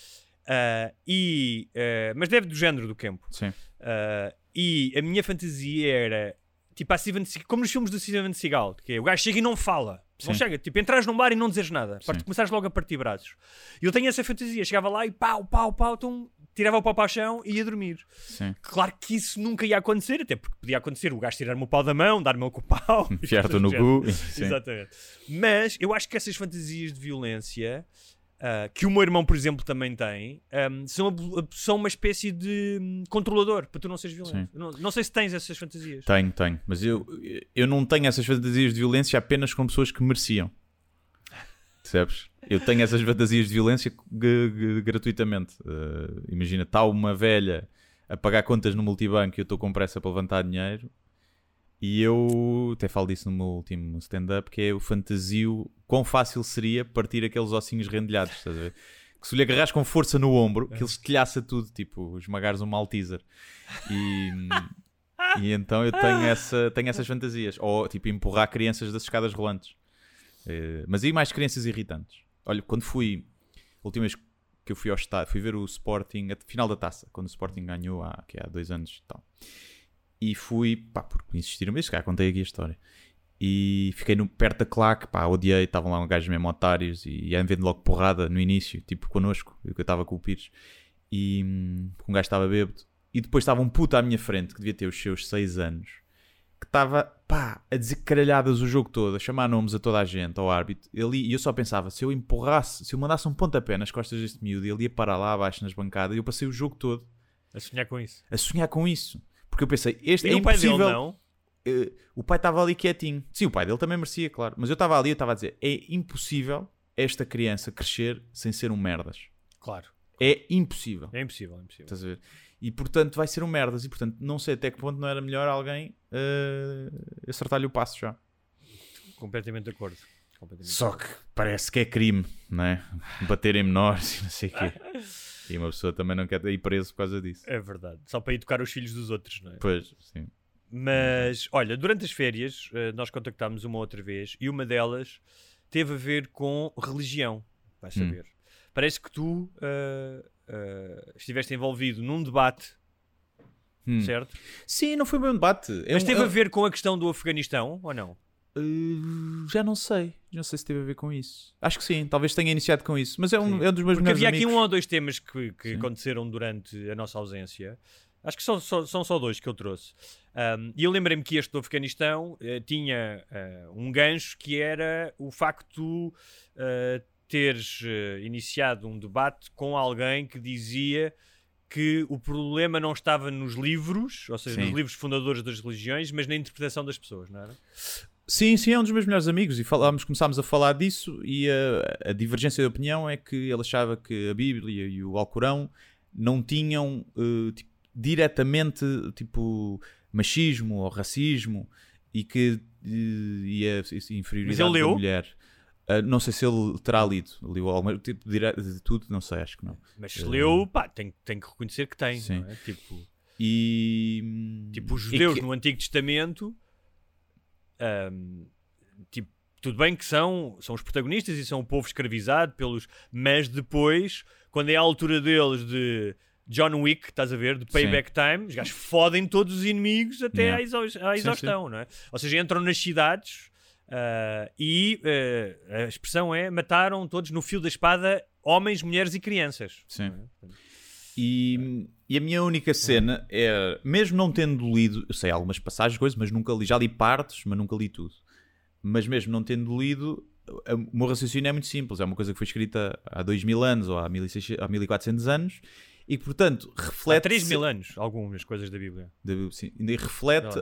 Mas deve do género do Kempo. Sim. E a minha fantasia era, tipo, como nos filmes do Steven Seagal, que é, o gajo chega e não fala. Não chega, tipo, entras num bar e não dizes nada. Começares logo a partir braços. E eu tenho essa fantasia. Chegava lá e pau, então tirava o pau para o chão e ia dormir. Sim. Claro que isso nunca ia acontecer, até porque podia acontecer o gajo tirar-me o pau da mão, dar-me com o pau. Enfiar-te no gu. Exatamente. Mas eu acho que essas fantasias de violência, que o meu irmão, por exemplo, também tem, são uma espécie de controlador para tu não seres violento. Não sei se tens essas fantasias. Tenho. Mas eu não tenho essas fantasias de violência apenas com pessoas que mereciam. Percebes? Eu tenho essas fantasias de violência gratuitamente. Imagina, está uma velha a pagar contas no multibanco e eu estou com pressa para levantar dinheiro e eu até falo disso no meu último stand-up, que é o fantasio quão fácil seria partir aqueles ossinhos rendilhados, estás a ver? Que se lhe agarras com força no ombro, que ele estilhaça tudo, tipo, esmagares um Malteser. E então eu tenho essas fantasias. Ou, tipo, empurrar crianças das escadas rolantes. Mas e mais crianças irritantes. Olha, quando fui... A última vez que eu fui ao estádio, fui ver o Sporting, a final da taça, quando o Sporting ganhou há 2 anos e tal. E fui, porque insistiram, mas já contei aqui a história. E fiquei perto da claque, odiei, estavam lá uns gajos mesmo otários e iam vendo logo porrada no início, tipo connosco, eu estava com o Pires. E um gajo estava bêbado. E depois estava um puto à minha frente, que devia ter os seus 6 anos, que estava, a dizer caralhadas o jogo todo, a chamar nomes a toda a gente, ao árbitro. E eu só pensava, se eu mandasse um pontapé nas costas deste miúdo, ele ia parar lá abaixo nas bancadas, e eu passei o jogo todo a sonhar com isso. Porque eu pensei, este é o pai impossível. dele não? O pai estava ali quietinho. Sim, o pai dele também merecia, claro. Mas eu estava ali, eu estava a dizer, é impossível esta criança crescer sem ser um merdas. Claro. É impossível. É impossível. Estás a ver? E portanto vai ser um merdas. E portanto não sei até que ponto não era melhor alguém acertar-lhe o passo já. Completamente de acordo. Só que parece que é crime, não é? Bater em menores e não sei o quê. E uma pessoa também não quer ir preso por causa disso. É verdade. Só para educar os filhos dos outros, não é? Pois, sim. Mas, olha, durante as férias nós contactámos uma outra vez e uma delas teve a ver com religião. Vais saber. Parece que tu estiveste envolvido num debate, certo? Sim, não foi bem um debate. Mas teve a ver com a questão do Afeganistão, ou não? Já não sei. Não sei se teve a ver com isso. Acho que sim. Talvez tenha iniciado com isso. Mas é um dos meus Porque melhores havia amigos. aqui 1 ou 2 temas que aconteceram durante a nossa ausência. Acho que são só 2 que eu trouxe. E eu lembrei-me que este do Afeganistão tinha um gancho que era o facto de teres iniciado um debate com alguém que dizia que o problema não estava nos livros, ou seja, nos livros fundadores das religiões, mas na interpretação das pessoas, não era? Sim, é um dos meus melhores amigos e começámos a falar disso e a divergência de opinião é que ele achava que a Bíblia e o Alcorão não tinham diretamente machismo ou racismo e que ia inferioridade da mulher. Não sei se ele terá lido. Leu algum tipo de tudo, não sei, acho que não. Mas se leu, tem que reconhecer que tem. Sim. Não é? Tipo os judeus no Antigo Testamento, tudo bem que são os protagonistas e são o povo escravizado mas depois, quando é a altura deles de John Wick, estás a ver, de Payback Time, os gajos fodem todos os inimigos até à exaustão, não é? Ou seja, entram nas cidades e a expressão é mataram todos no fio da espada homens, mulheres e crianças. Sim. E a minha única cena é, mesmo não tendo lido, eu sei algumas passagens, coisas, mas nunca li, já li partes, mas nunca li tudo. Mas mesmo não tendo lido, o meu raciocínio é muito simples, é uma coisa que foi escrita há 2000 anos ou há 1400 anos e que, portanto, reflete... Há 3000 anos, algumas coisas da Bíblia. Sim, e reflete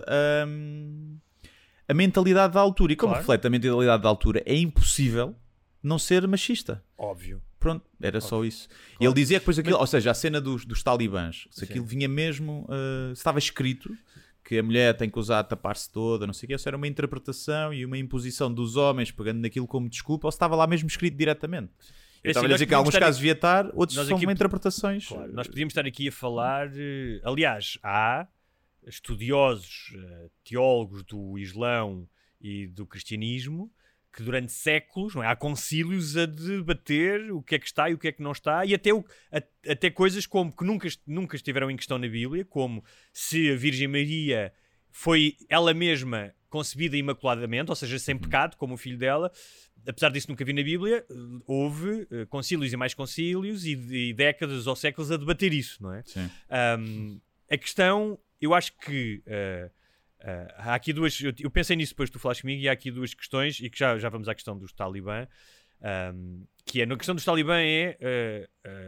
a mentalidade da altura. E como reflete a mentalidade da altura, é impossível não ser machista. Óbvio. Pronto, era só isso. Claro. E ele dizia que depois aquilo, ou seja, a cena dos talibãs, se aquilo vinha mesmo, estava escrito que a mulher tem que usar tapar-se toda, não sei o quê, isso era uma interpretação e uma imposição dos homens pegando naquilo como desculpa, ou se estava lá mesmo escrito diretamente. Eu estava a dizer que em alguns casos devia estar, outros são interpretações. Claro, nós podíamos estar aqui a falar, aliás, há estudiosos, teólogos do Islão e do cristianismo que durante séculos, não é? Há concílios a debater o que é que está e o que é que não está, e até coisas como que nunca estiveram em questão na Bíblia, como se a Virgem Maria foi ela mesma concebida imaculadamente, ou seja, sem pecado, como o filho dela. Apesar disso nunca vi na Bíblia, houve concílios e mais concílios e décadas ou séculos a debater isso, não é? Sim. A questão, eu acho que há aqui 2, eu pensei nisso depois que tu falaste comigo, e há aqui 2 questões, e que já vamos à questão dos talibã, que é, na questão dos talibã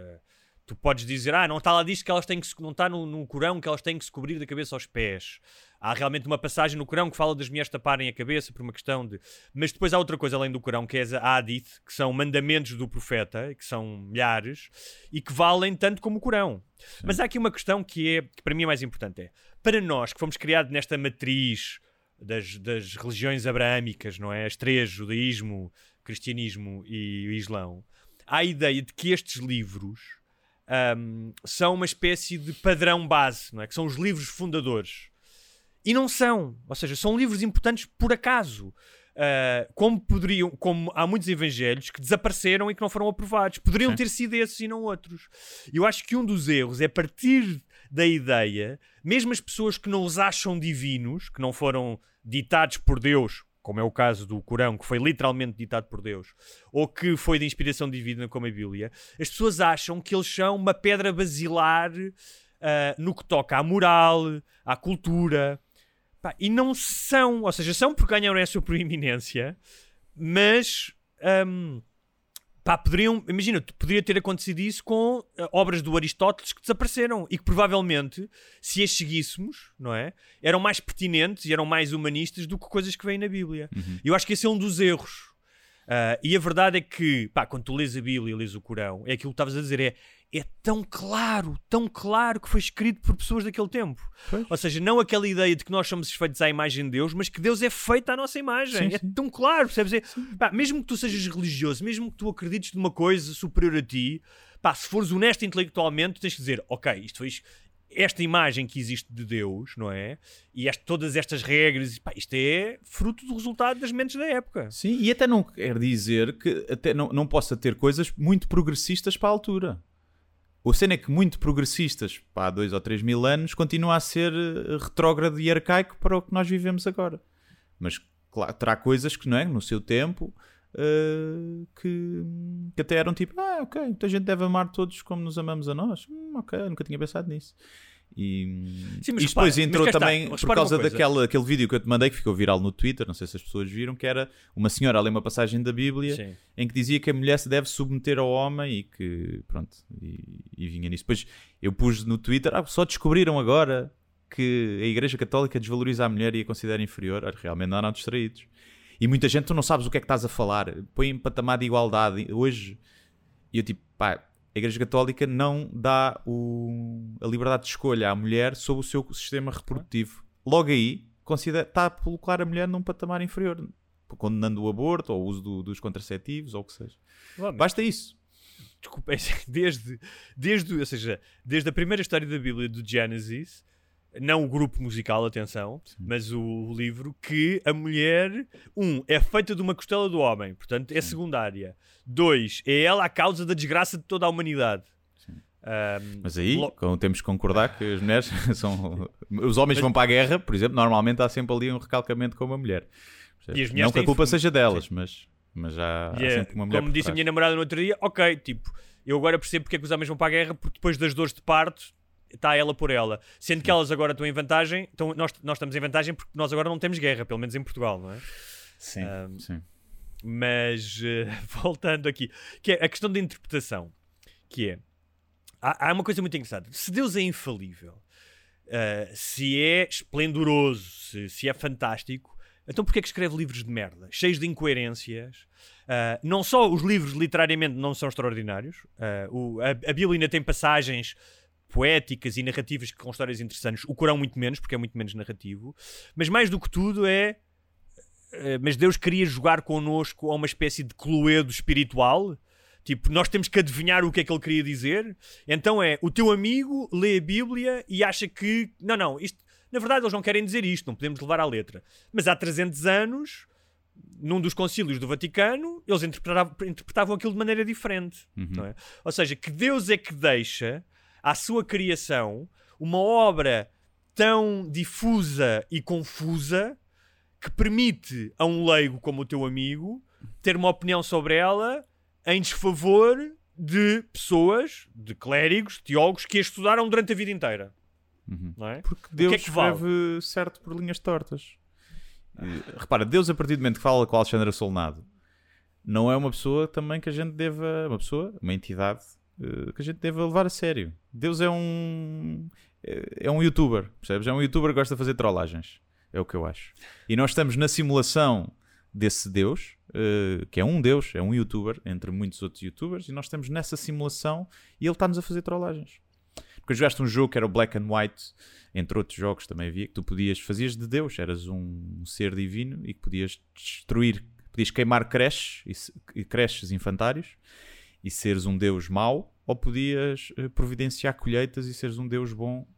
tu podes dizer, não está lá disto que elas têm que não está no Corão que elas têm que se cobrir da cabeça aos pés, Há realmente uma passagem no Corão que fala das mulheres taparem a cabeça por uma questão de... Mas depois há outra coisa além do Corão, que é a Hadith, que são mandamentos do profeta, que são milhares, e que valem tanto como o Corão. Sim. Mas há aqui uma questão que para mim é mais importante. Para nós, que fomos criados nesta matriz das religiões abraâmicas, não é? As três, judaísmo, cristianismo e o islão, há a ideia de que estes livros são uma espécie de padrão base, não é? Que são os livros fundadores. E não são. Ou seja, são livros importantes por acaso. Como há muitos evangelhos que desapareceram e que não foram aprovados. Poderiam ter sido esses e não outros. E eu acho que um dos erros é partir da ideia, mesmo as pessoas que não os acham divinos, que não foram ditados por Deus, como é o caso do Corão, que foi literalmente ditado por Deus, ou que foi de inspiração divina como a Bíblia, as pessoas acham que eles são uma pedra basilar no que toca à moral, à cultura... E não são, ou seja, são porque ganharam essa proeminência, mas poderia ter acontecido isso com obras do Aristóteles que desapareceram e que provavelmente, se as seguíssemos, não é? Eram mais pertinentes e eram mais humanistas do que coisas que vêm na Bíblia. E eu acho que esse é um dos erros. E a verdade é que, quando tu lês a Bíblia e lês o Corão, é aquilo que estavas a dizer, é tão claro que foi escrito por pessoas daquele tempo. Pois. Ou seja, não aquela ideia de que nós somos feitos à imagem de Deus, mas que Deus é feito à nossa imagem. Sim. Tão claro, percebes? Mesmo que tu sejas religioso, mesmo que tu acredites numa coisa superior a ti, se fores honesto intelectualmente, tens que dizer, ok, isto foi esta imagem que existe de Deus, não é? E todas estas regras, isto é fruto do resultado das mentes da época. Sim, e até não quer dizer que até não possa ter coisas muito progressistas para a altura. A cena é que muito progressistas há 2 ou 3 mil anos continua a ser retrógrado e arcaico para o que nós vivemos agora. Mas claro, terá coisas que, não é, no seu tempo que até eram tipo, ok, então a gente deve amar todos como nos amamos a nós. Ok, nunca tinha pensado nisso. Sim, mas depois entrou também por causa daquele vídeo que eu te mandei que ficou viral no Twitter, não sei se as pessoas viram, que era uma senhora a ler uma passagem da Bíblia. Sim. Em que dizia que a mulher se deve submeter ao homem e que pronto, e vinha nisso. Depois eu pus no Twitter, só descobriram agora que a Igreja Católica desvaloriza a mulher e a considera inferior. Realmente não eram distraídos. E muita gente, tu não sabes o que é que estás a falar, põe em patamar de igualdade hoje. E eu tipo, a Igreja Católica não dá a liberdade de escolha à mulher sobre o seu sistema reprodutivo. Logo aí, está a colocar a mulher num patamar inferior, condenando o aborto ou o uso dos contraceptivos ou o que seja. Basta isso. Desculpa, ou seja, desde a primeira história da Bíblia, do Gênesis, não o grupo musical, atenção, sim, mas o livro, que a mulher, é feita de uma costela do homem, portanto é secundária. 2, é ela a causa da desgraça de toda a humanidade. Mas aí, temos que concordar que as mulheres são... Os homens vão para a guerra, por exemplo, normalmente há sempre ali um recalcamento com uma mulher. E as não que a culpa seja delas, mas já há sempre uma mulher. Como disse a minha namorada no outro dia, ok, tipo, eu agora percebo porque é que os homens vão para a guerra, porque depois das dores de parto está ela por ela, sendo que elas agora estão em vantagem, então nós estamos em vantagem porque nós agora não temos guerra, pelo menos em Portugal, não é? Sim, sim. Mas voltando aqui, que é a questão da interpretação, que é, há uma coisa muito engraçada. Se Deus é infalível, se é esplendoroso, se é fantástico, então porquê é que escreve livros de merda, cheios de incoerências? Não só os livros literariamente não são extraordinários, a Bíblia ainda tem passagens poéticas e narrativas com histórias interessantes, o Corão muito menos, porque é muito menos narrativo, mas mais do que tudo mas Deus queria jogar connosco a uma espécie de cluedo espiritual, tipo, nós temos que adivinhar o que é que ele queria dizer, então o teu amigo lê a Bíblia e acha que, não, isto, na verdade eles não querem dizer isto, não podemos levar à letra, mas há 300 anos, num dos concílios do Vaticano, eles interpretavam aquilo de maneira diferente, não é? Ou seja, que Deus é que deixa à sua criação uma obra tão difusa e confusa que permite a um leigo como o teu amigo ter uma opinião sobre ela em desfavor de pessoas, de clérigos, teólogos que a estudaram durante a vida inteira. Não é? Porque Deus escreve certo por linhas tortas. Repara, Deus, a partir do momento que fala com a Alexandra Solnado, não é uma pessoa também que a gente deva... uma entidade que a gente deve levar a sério. Deus é é um youtuber, percebes? É um youtuber que gosta de fazer trollagens. É o que eu acho. E nós estamos na simulação desse Deus, que é um Deus, é um youtuber, entre muitos outros youtubers, e nós estamos nessa simulação e ele está-nos a fazer trollagens. Porque jogaste um jogo que era o Black and White, entre outros jogos também havia, que tu fazias de Deus, eras um ser divino e que podias destruir, podias queimar creches infantários e seres um Deus mau, ou podias providenciar colheitas e seres um Deus bom.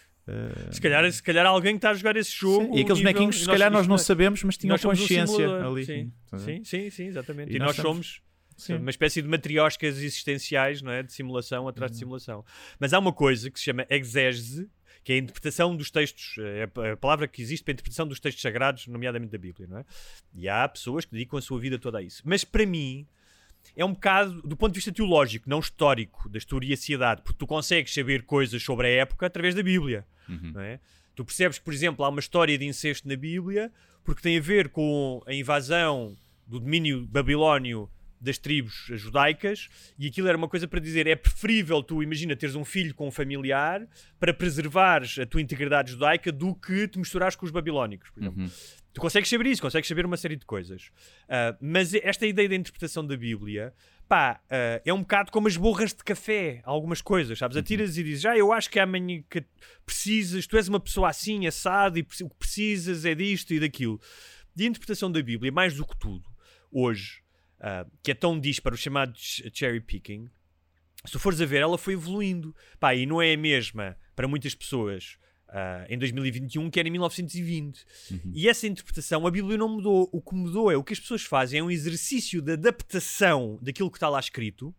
Se calhar alguém que está a jogar esse jogo. Sim, e aqueles bonequinhos que se calhar nós não sabemos, mas tinham consciência ali. Sim, exatamente. E nós somos uma espécie de matrioscas existenciais, não é? De simulação atrás de simulação. Mas há uma coisa que se chama exégese, que é a interpretação dos textos, é a palavra que existe para a interpretação dos textos sagrados, nomeadamente da Bíblia, não é? E há pessoas que dedicam a sua vida toda a isso. Mas para mim é um bocado, do ponto de vista teológico, não histórico, da historicidade, porque tu consegues saber coisas sobre a época através da Bíblia, não é? Tu percebes que, por exemplo, há uma história de incesto na Bíblia porque tem a ver com a invasão do domínio babilónio das tribos judaicas, e aquilo era uma coisa para dizer, é preferível tu, imagina, teres um filho com um familiar para preservares a tua integridade judaica do que te misturares com os babilónicos, por exemplo. Tu consegues saber isso, consegues saber uma série de coisas. Mas esta ideia da interpretação da Bíblia, é um bocado como as borras de café, algumas coisas, sabes? Atiras e dizes, eu acho que amanhã que precisas, tu és uma pessoa assim, assado, e o que precisas é disto e daquilo. E a interpretação da Bíblia, mais do que tudo, hoje, que é tão disparo, chamado cherry picking, se tu fores a ver, ela foi evoluindo. E não é a mesma para muitas pessoas em 2021 que era em 1920. E essa interpretação, a Bíblia não mudou. O que mudou é o que as pessoas fazem, é um exercício de adaptação daquilo que está lá escrito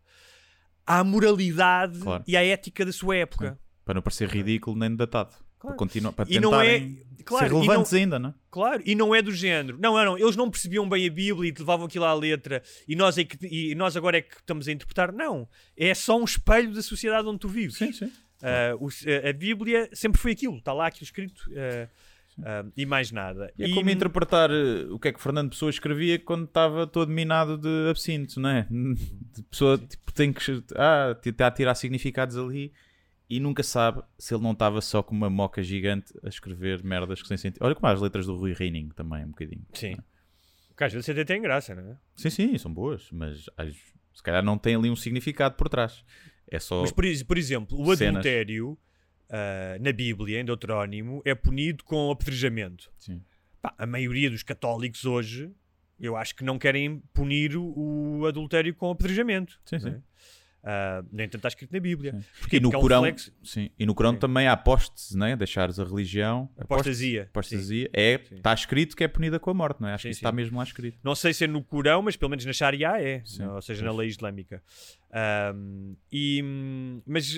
à moralidade e à ética da sua época. Sim. Para não parecer ridículo nem datado. Para continuar, para e não é, ser relevantes ainda, não é? Claro, e não é do género. Não, eles não percebiam bem a Bíblia e te levavam aquilo à letra e nós agora é que estamos a interpretar. Não, é só um espelho da sociedade onde tu vives. Sim. A Bíblia sempre foi aquilo, está lá aquilo escrito e mais nada. E é como interpretar o que é que Fernando Pessoa escrevia quando estava todo minado de absinto, não é? De pessoa tem que está a tirar significados ali. E nunca sabe se ele não estava só com uma moca gigante a escrever merdas que sem sentido. Olha como as letras do Rui Reining também, um bocadinho. Sim. Que às vezes até tem graça, não é? Sim, são boas, mas se calhar não tem ali um significado por trás. É só. Mas, por exemplo, o adultério na Bíblia, em Deuterónimo, é punido com apedrejamento. Sim. A maioria dos católicos hoje, eu acho que não querem punir o adultério com apedrejamento. Sim. Nem tanto está escrito na Bíblia. E no Corão, e no Corão também há apóstase, não é? Deixares a religião. Apostasia. Está escrito que é punida com a morte, não é? Acho que isso está mesmo lá escrito. Não sei se é no Corão, mas pelo menos na Sharia é. Ou seja, na lei islâmica. Mas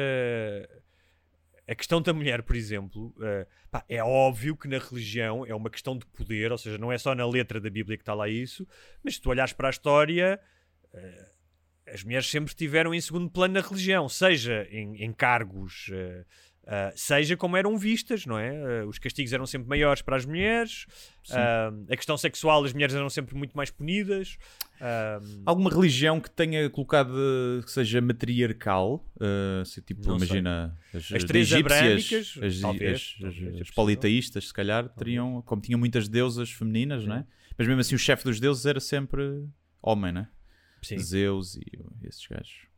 a questão da mulher, por exemplo, é óbvio que na religião é uma questão de poder, ou seja, não é só na letra da Bíblia que está lá isso, mas se tu olhares para a história, as mulheres sempre estiveram em segundo plano na religião, seja em cargos, seja como eram vistas, não é? Os castigos eram sempre maiores para as mulheres, a questão sexual, as mulheres eram sempre muito mais punidas. Alguma religião que tenha colocado, que seja matriarcal, tipo, não imagina as três abrâmicas, as politeístas, se calhar, teriam, como tinham muitas deusas femininas, não é? Mas mesmo assim o chefe dos deuses era sempre homem, não é? Sim. Zeus e esses gajos.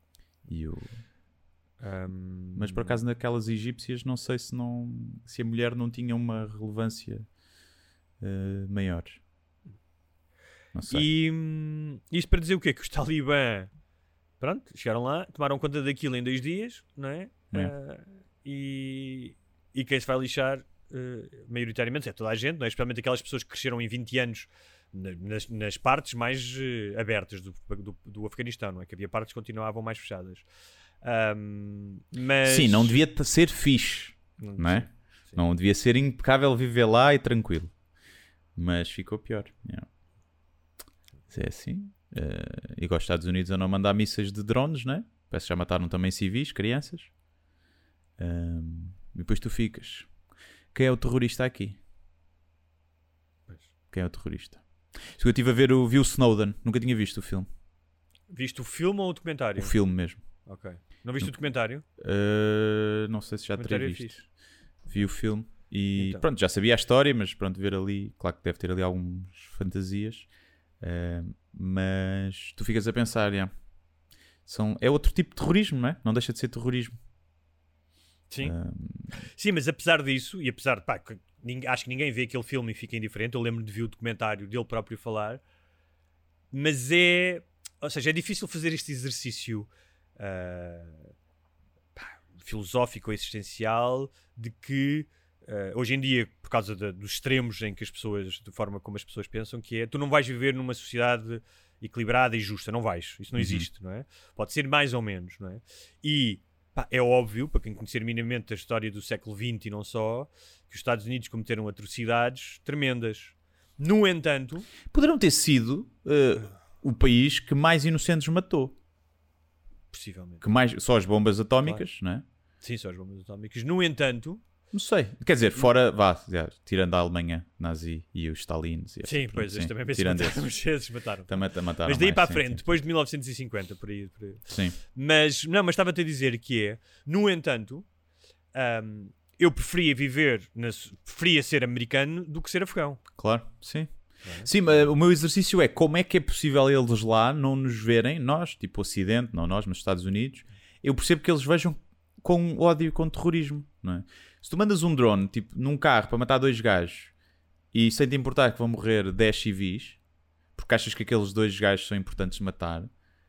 Mas por acaso naquelas egípcias não sei se a mulher não tinha uma relevância maior. Não sei. E isto para dizer o quê? Que os talibã chegaram lá, tomaram conta daquilo em 2 dias, não é? E quem se vai lixar maioritariamente é toda a gente, não é? Especialmente aquelas pessoas que cresceram em 20 anos nas partes mais abertas do Afeganistão, não é? Que havia partes que continuavam mais fechadas. Mas... Sim, não devia ser fixe, não é? Sim. Não devia ser impecável viver lá e tranquilo. Mas ficou pior. Mas é assim. Igual os Estados Unidos a não mandar mísseis de drones, não é? Parece que já mataram também civis, crianças. E depois tu ficas. Quem é o terrorista aqui? Quem é o terrorista? Eu estive a ver vi o Snowden. Nunca tinha visto o filme. Viste o filme ou o documentário? O filme mesmo. Ok. Não viste o documentário? Não sei se já terei Documentário é visto. fixe. Vi o filme e Então. pronto, já sabia a história, mas pronto, ver ali, claro que deve ter ali algumas fantasias, mas tu ficas a pensar, é outro tipo de terrorismo, não é? Não deixa de ser terrorismo. Sim. Sim, mas apesar disso, e apesar de, acho que ninguém vê aquele filme e fica indiferente, eu lembro de ver o documentário dele próprio falar, mas ou seja, é difícil fazer este exercício filosófico ou existencial de que hoje em dia, por causa dos extremos em que as pessoas, da forma como as pessoas pensam, que é, tu não vais viver numa sociedade equilibrada e justa, não vais, isso não existe, não é? Pode ser mais ou menos, não é? E é óbvio, para quem conhecer minimamente a história do século XX e não só, que os Estados Unidos cometeram atrocidades tremendas. No entanto, poderão ter sido o país que mais inocentes matou. Possivelmente. Só as bombas atómicas, não é? Sim, só as bombas atómicas. No entanto, não sei. Quer dizer, fora, tirando a Alemanha nazi e os Stalins. Sim, pois, eles também mataram. Também mataram. Mas daí mais, para a sim, frente, sim. depois de 1950, por aí. Sim. Mas estava-te a dizer que no entanto, eu preferia preferia ser americano do que ser afegão. Claro, sim. Sim, mas o meu exercício é como é que é possível eles lá não nos verem, nós, tipo Ocidente, não nós, mas Estados Unidos. Eu percebo que eles vejam com ódio e com terrorismo, não é? Se tu mandas um drone, tipo, num carro para matar 2 gajos e sem te importar que vão morrer 10 civis, porque achas que aqueles 2 gajos são importantes de matar,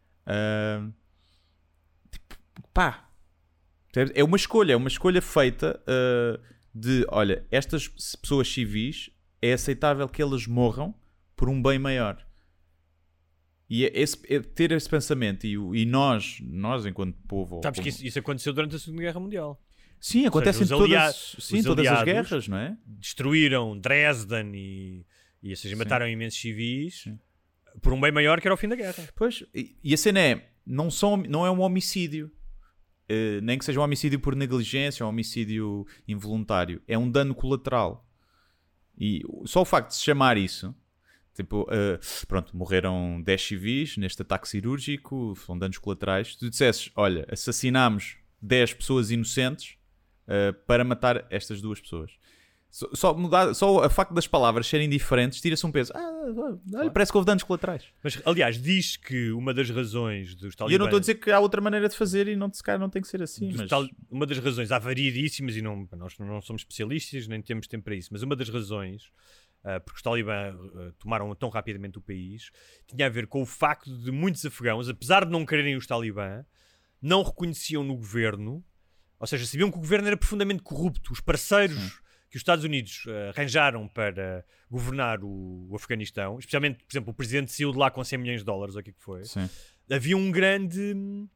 é uma escolha feita de, olha, estas pessoas civis é aceitável que elas morram por um bem maior. E ter esse pensamento e nós enquanto povo... Sabes que isso aconteceu durante a Segunda Guerra Mundial. Sim, acontece em todas as guerras, não é? Destruíram Dresden e ou seja, mataram imensos civis por um bem maior que era o fim da guerra. Pois, e a cena não é um homicídio. Nem que seja um homicídio por negligência ou um homicídio involuntário. É um dano colateral. E só o facto de se chamar isso... Tipo, pronto, morreram 10 civis neste ataque cirúrgico, são danos colaterais. Se tu dissesses, olha, assassinámos 10 pessoas inocentes para matar estas 2 pessoas. Só o facto das palavras serem diferentes tira-se um peso. Olha, parece que houve danos colaterais. Mas, aliás, diz que uma das razões dos talibãs... E eu não estou a dizer que há outra maneira de fazer e não tem que ser assim. Mas... Uma das razões, há variedíssimas, e nós não somos especialistas, nem temos tempo para isso, mas uma das razões... porque os talibãs tomaram tão rapidamente o país, tinha a ver com o facto de muitos afegãos, apesar de não quererem os talibãs, não reconheciam no governo, ou seja, sabiam que o governo era profundamente corrupto. Os parceiros que os Estados Unidos arranjaram para governar o Afeganistão, especialmente, por exemplo, o presidente saiu de lá com $100 milhões, ou o que é que foi, havia um grande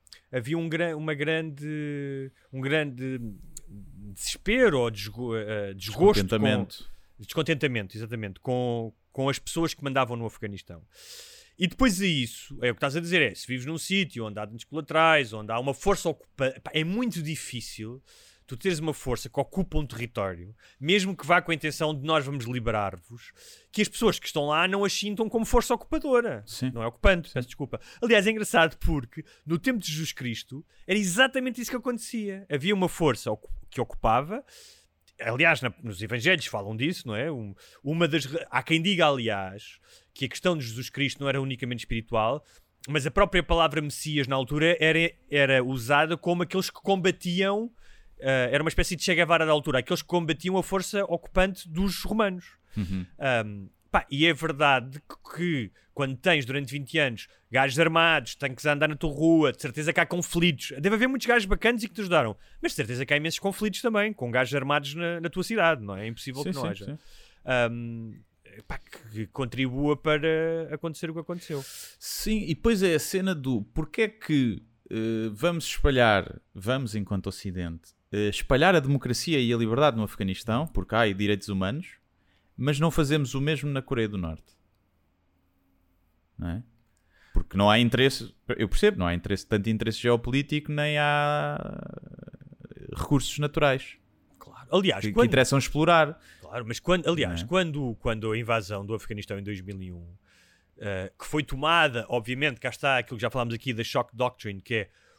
desespero ou desgosto, descontentamento, exatamente, com as pessoas que mandavam no Afeganistão. E depois a isso, é o que estás a dizer, se vives num sítio onde há danos colaterais, onde há uma força ocupada, é muito difícil tu teres uma força que ocupa um território, mesmo que vá com a intenção de nós vamos liberar-vos, que as pessoas que estão lá não as sintam como força ocupadora. Sim. Não é ocupante, peço desculpa. Aliás, é engraçado porque no tempo de Jesus Cristo era exatamente isso que acontecia. Havia uma força que ocupava. Aliás, nos Evangelhos falam disso, não é? Há quem diga, aliás, que a questão de Jesus Cristo não era unicamente espiritual, mas a própria palavra Messias na altura era usada como aqueles que combatiam, era uma espécie de Che Guevara da altura, aqueles que combatiam a força ocupante dos romanos. E é verdade que quando tens durante 20 anos gajos armados, tanques a andar na tua rua, de certeza que há conflitos. Deve haver muitos gajos bacanas e que te ajudaram, mas de certeza que há imensos conflitos também, com gajos armados na tua cidade, não é? É impossível que não haja. Que contribua para acontecer o que aconteceu. Sim, e depois é a cena do porque é que vamos enquanto Ocidente, espalhar a democracia e a liberdade no Afeganistão, porque há direitos humanos, mas não fazemos o mesmo na Coreia do Norte. Não é? Porque não há interesse, eu percebo, não há tanto interesse geopolítico, nem há recursos naturais. Claro. Aliás, que interessam explorar. Claro, mas quando a invasão do Afeganistão em 2001, que foi tomada, obviamente, cá está aquilo que já falámos aqui da Shock Doctrine, que é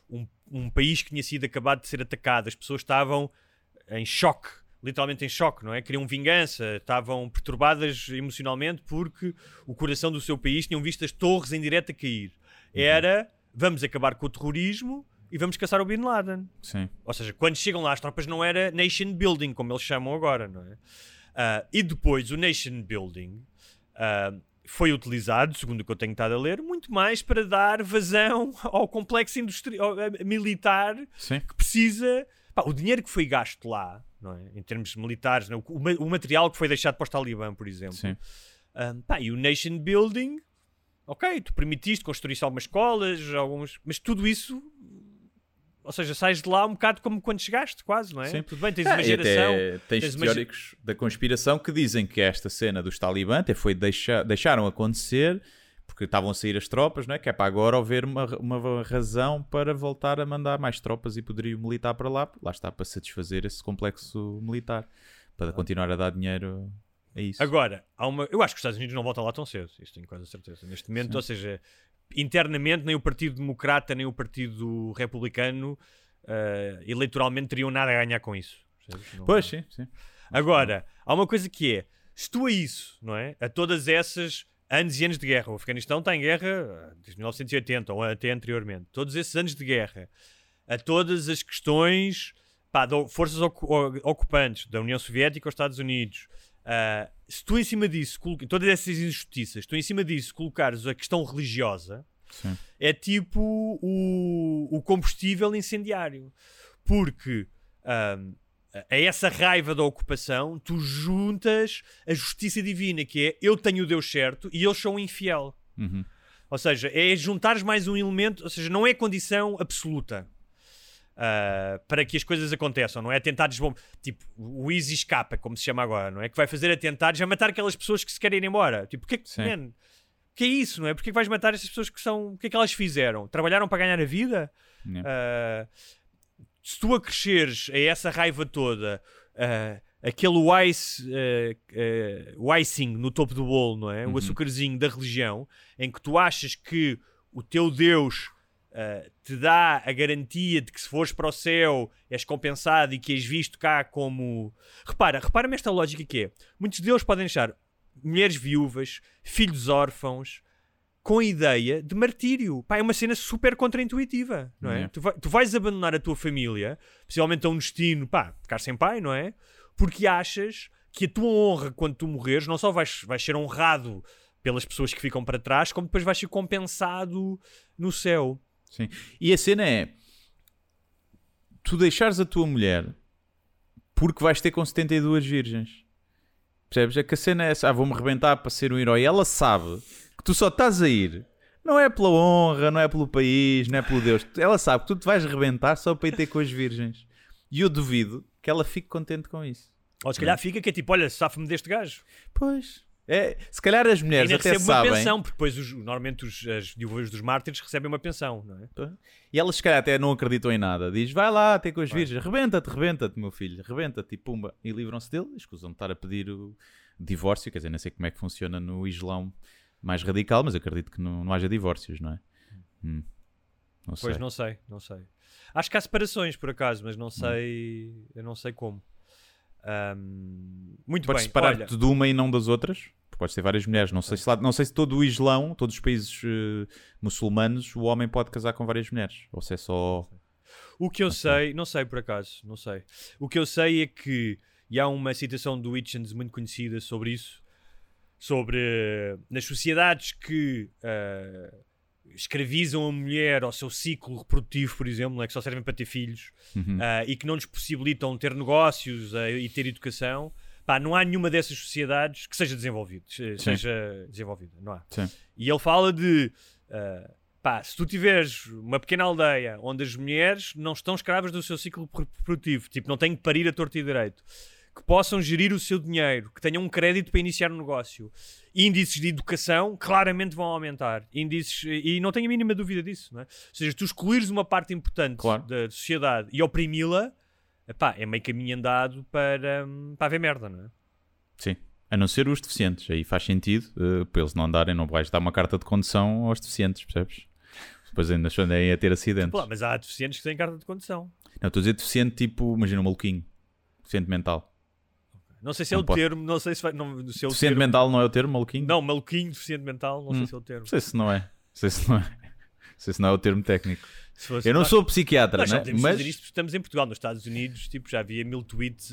um país que tinha sido acabado de ser atacado, as pessoas estavam em choque, literalmente em choque, não é? Queriam vingança, estavam perturbadas emocionalmente porque o coração do seu país tinham visto as torres em direto a cair. Era, vamos acabar com o terrorismo e vamos caçar o Bin Laden. Sim. Ou seja, quando chegam lá as tropas não era nation building, como eles chamam agora, não é? E depois o nation building foi utilizado, segundo o que eu tenho estado a ler, muito mais para dar vazão ao complexo militar. Sim. Que precisa... o dinheiro que foi gasto lá, não é? Em termos militares, não é? O material que foi deixado para os Talibã, por exemplo. Sim. E o nation building, ok, tu permitiste construir algumas escolas, mas tudo isso... Ou seja, sais de lá um bocado como quando chegaste, quase, não é? Sim. Tudo bem, tens uma geração... Tens teóricos da conspiração que dizem que esta cena dos Talibã até foi deixaram acontecer porque estavam a sair as tropas, não é? Que é para agora haver uma razão para voltar a mandar mais tropas e poderio militar para lá. Lá está, para satisfazer esse complexo militar. Para continuar a dar dinheiro a isso. Agora, eu acho que os Estados Unidos não voltam lá tão cedo. Isto tenho quase a certeza. Neste momento, ou seja... Internamente, nem o Partido Democrata nem o Partido Republicano eleitoralmente teriam nada a ganhar com isso. Pois, sim. Agora, há uma coisa que é, se tu a isso, não é? A todas essas anos e anos de guerra, o Afeganistão está em guerra desde 1980 ou até anteriormente, todos esses anos de guerra, a todas as questões de forças ocupantes da União Soviética aos Estados Unidos, se tu em cima disso, todas essas injustiças, tu em cima disso colocares a questão religiosa, sim, é tipo o combustível incendiário. Porque a essa raiva da ocupação, tu juntas a justiça divina, que é eu tenho o Deus certo e eles são infiel. Uhum. Ou seja, é juntares mais um elemento, ou seja, não é condição absoluta. Para que as coisas aconteçam, não é? Atentados tipo o Easy Escapa, como se chama agora, não é? Que vai fazer atentados a matar aquelas pessoas que se querem ir embora. Tipo, que é isso, não é? Porque é que vais matar essas pessoas que são... O que é que elas fizeram? Trabalharam para ganhar a vida? Se tu acresceres a essa raiva toda aquele o icing no topo do bolo, não é? O açucarzinho da religião, em que tu achas que o teu Deus... te dá a garantia de que se fores para o céu és compensado e que és visto cá como... Repara-me esta lógica que é, muitos deles podem deixar mulheres viúvas, filhos órfãos, com a ideia de martírio. É uma cena super contraintuitiva, não é? Tu vais abandonar a tua família, possivelmente a um destino, ficar sem pai, não é? Porque achas que a tua honra quando tu morreres, não só vais ser honrado pelas pessoas que ficam para trás, como depois vais ser compensado no céu. Sim. E a cena é, tu deixares a tua mulher porque vais ter com 72 virgens. Percebes? É que a cena é essa, vou-me rebentar para ser um herói. Ela sabe que tu só estás a ir, não é pela honra, não é pelo país, não é pelo Deus. Ela sabe que tu te vais rebentar só para ir ter com as virgens. E eu duvido que ela fique contente com isso. Ou se calhar fica que é tipo, olha, safa-me deste gajo. Pois... se calhar as mulheres ainda até sabem... uma pensão, porque depois normalmente as viúvas dos mártires recebem uma pensão, não é? E elas se calhar até não acreditam em nada. Diz, vai lá, ter com as virgens, rebenta-te, meu filho, rebenta-te, e pumba. E livram-se dele, escusam de estar a pedir o divórcio, quer dizer, não sei como é que funciona no Islão mais radical, mas acredito que não haja divórcios, não é? Não sei. Pois, não sei. Acho que há separações, por acaso, mas não sei, eu não sei como. Muito Podes bem. separar-te de uma e não das outras? Podes ter várias mulheres. Não sei se todo o Islão, todos os países muçulmanos, o homem pode casar com várias mulheres. Ou se é só... O que eu sei, não sei por acaso, não sei. O que eu sei é que, e há uma citação do Hitchens muito conhecida sobre isso, sobre nas sociedades que escravizam a mulher ao seu ciclo reprodutivo, por exemplo, não é? Que só servem para ter filhos, e que não lhes possibilitam ter negócios e ter educação, não há nenhuma dessas sociedades que seja desenvolvida. Não há. Sim. E ele fala de se tu tiveres uma pequena aldeia onde as mulheres não estão escravas do seu ciclo reprodutivo, tipo, não têm que parir a torto e direito, que possam gerir o seu dinheiro, que tenham um crédito para iniciar um negócio, índices de educação claramente vão aumentar. E não tenho a mínima dúvida disso, não é? Ou seja, tu excluires uma parte importante da sociedade e oprimi-la, é meio caminho andado para haver merda, não é? Sim. A não ser os deficientes. Aí faz sentido, para eles não andarem, não vais dar uma carta de condução aos deficientes, percebes? Depois ainda andei a ter acidentes. Pô, mas há deficientes que têm carta de condução. Não, estou a dizer deficiente tipo, imagina um maluquinho. Deficiente mental. Não sei se é o termo, não sei se vai... Não, se é o deficiente termo. mental não é o termo, maluquinho? Não, maluquinho, deficiente mental, não sei se é o termo. Não sei se não é. Não sei se não é o termo técnico. Fosse, eu não sou psiquiatra, né? Mas fazer isto porque estamos em Portugal. Nos Estados Unidos, tipo, já havia 1000 tweets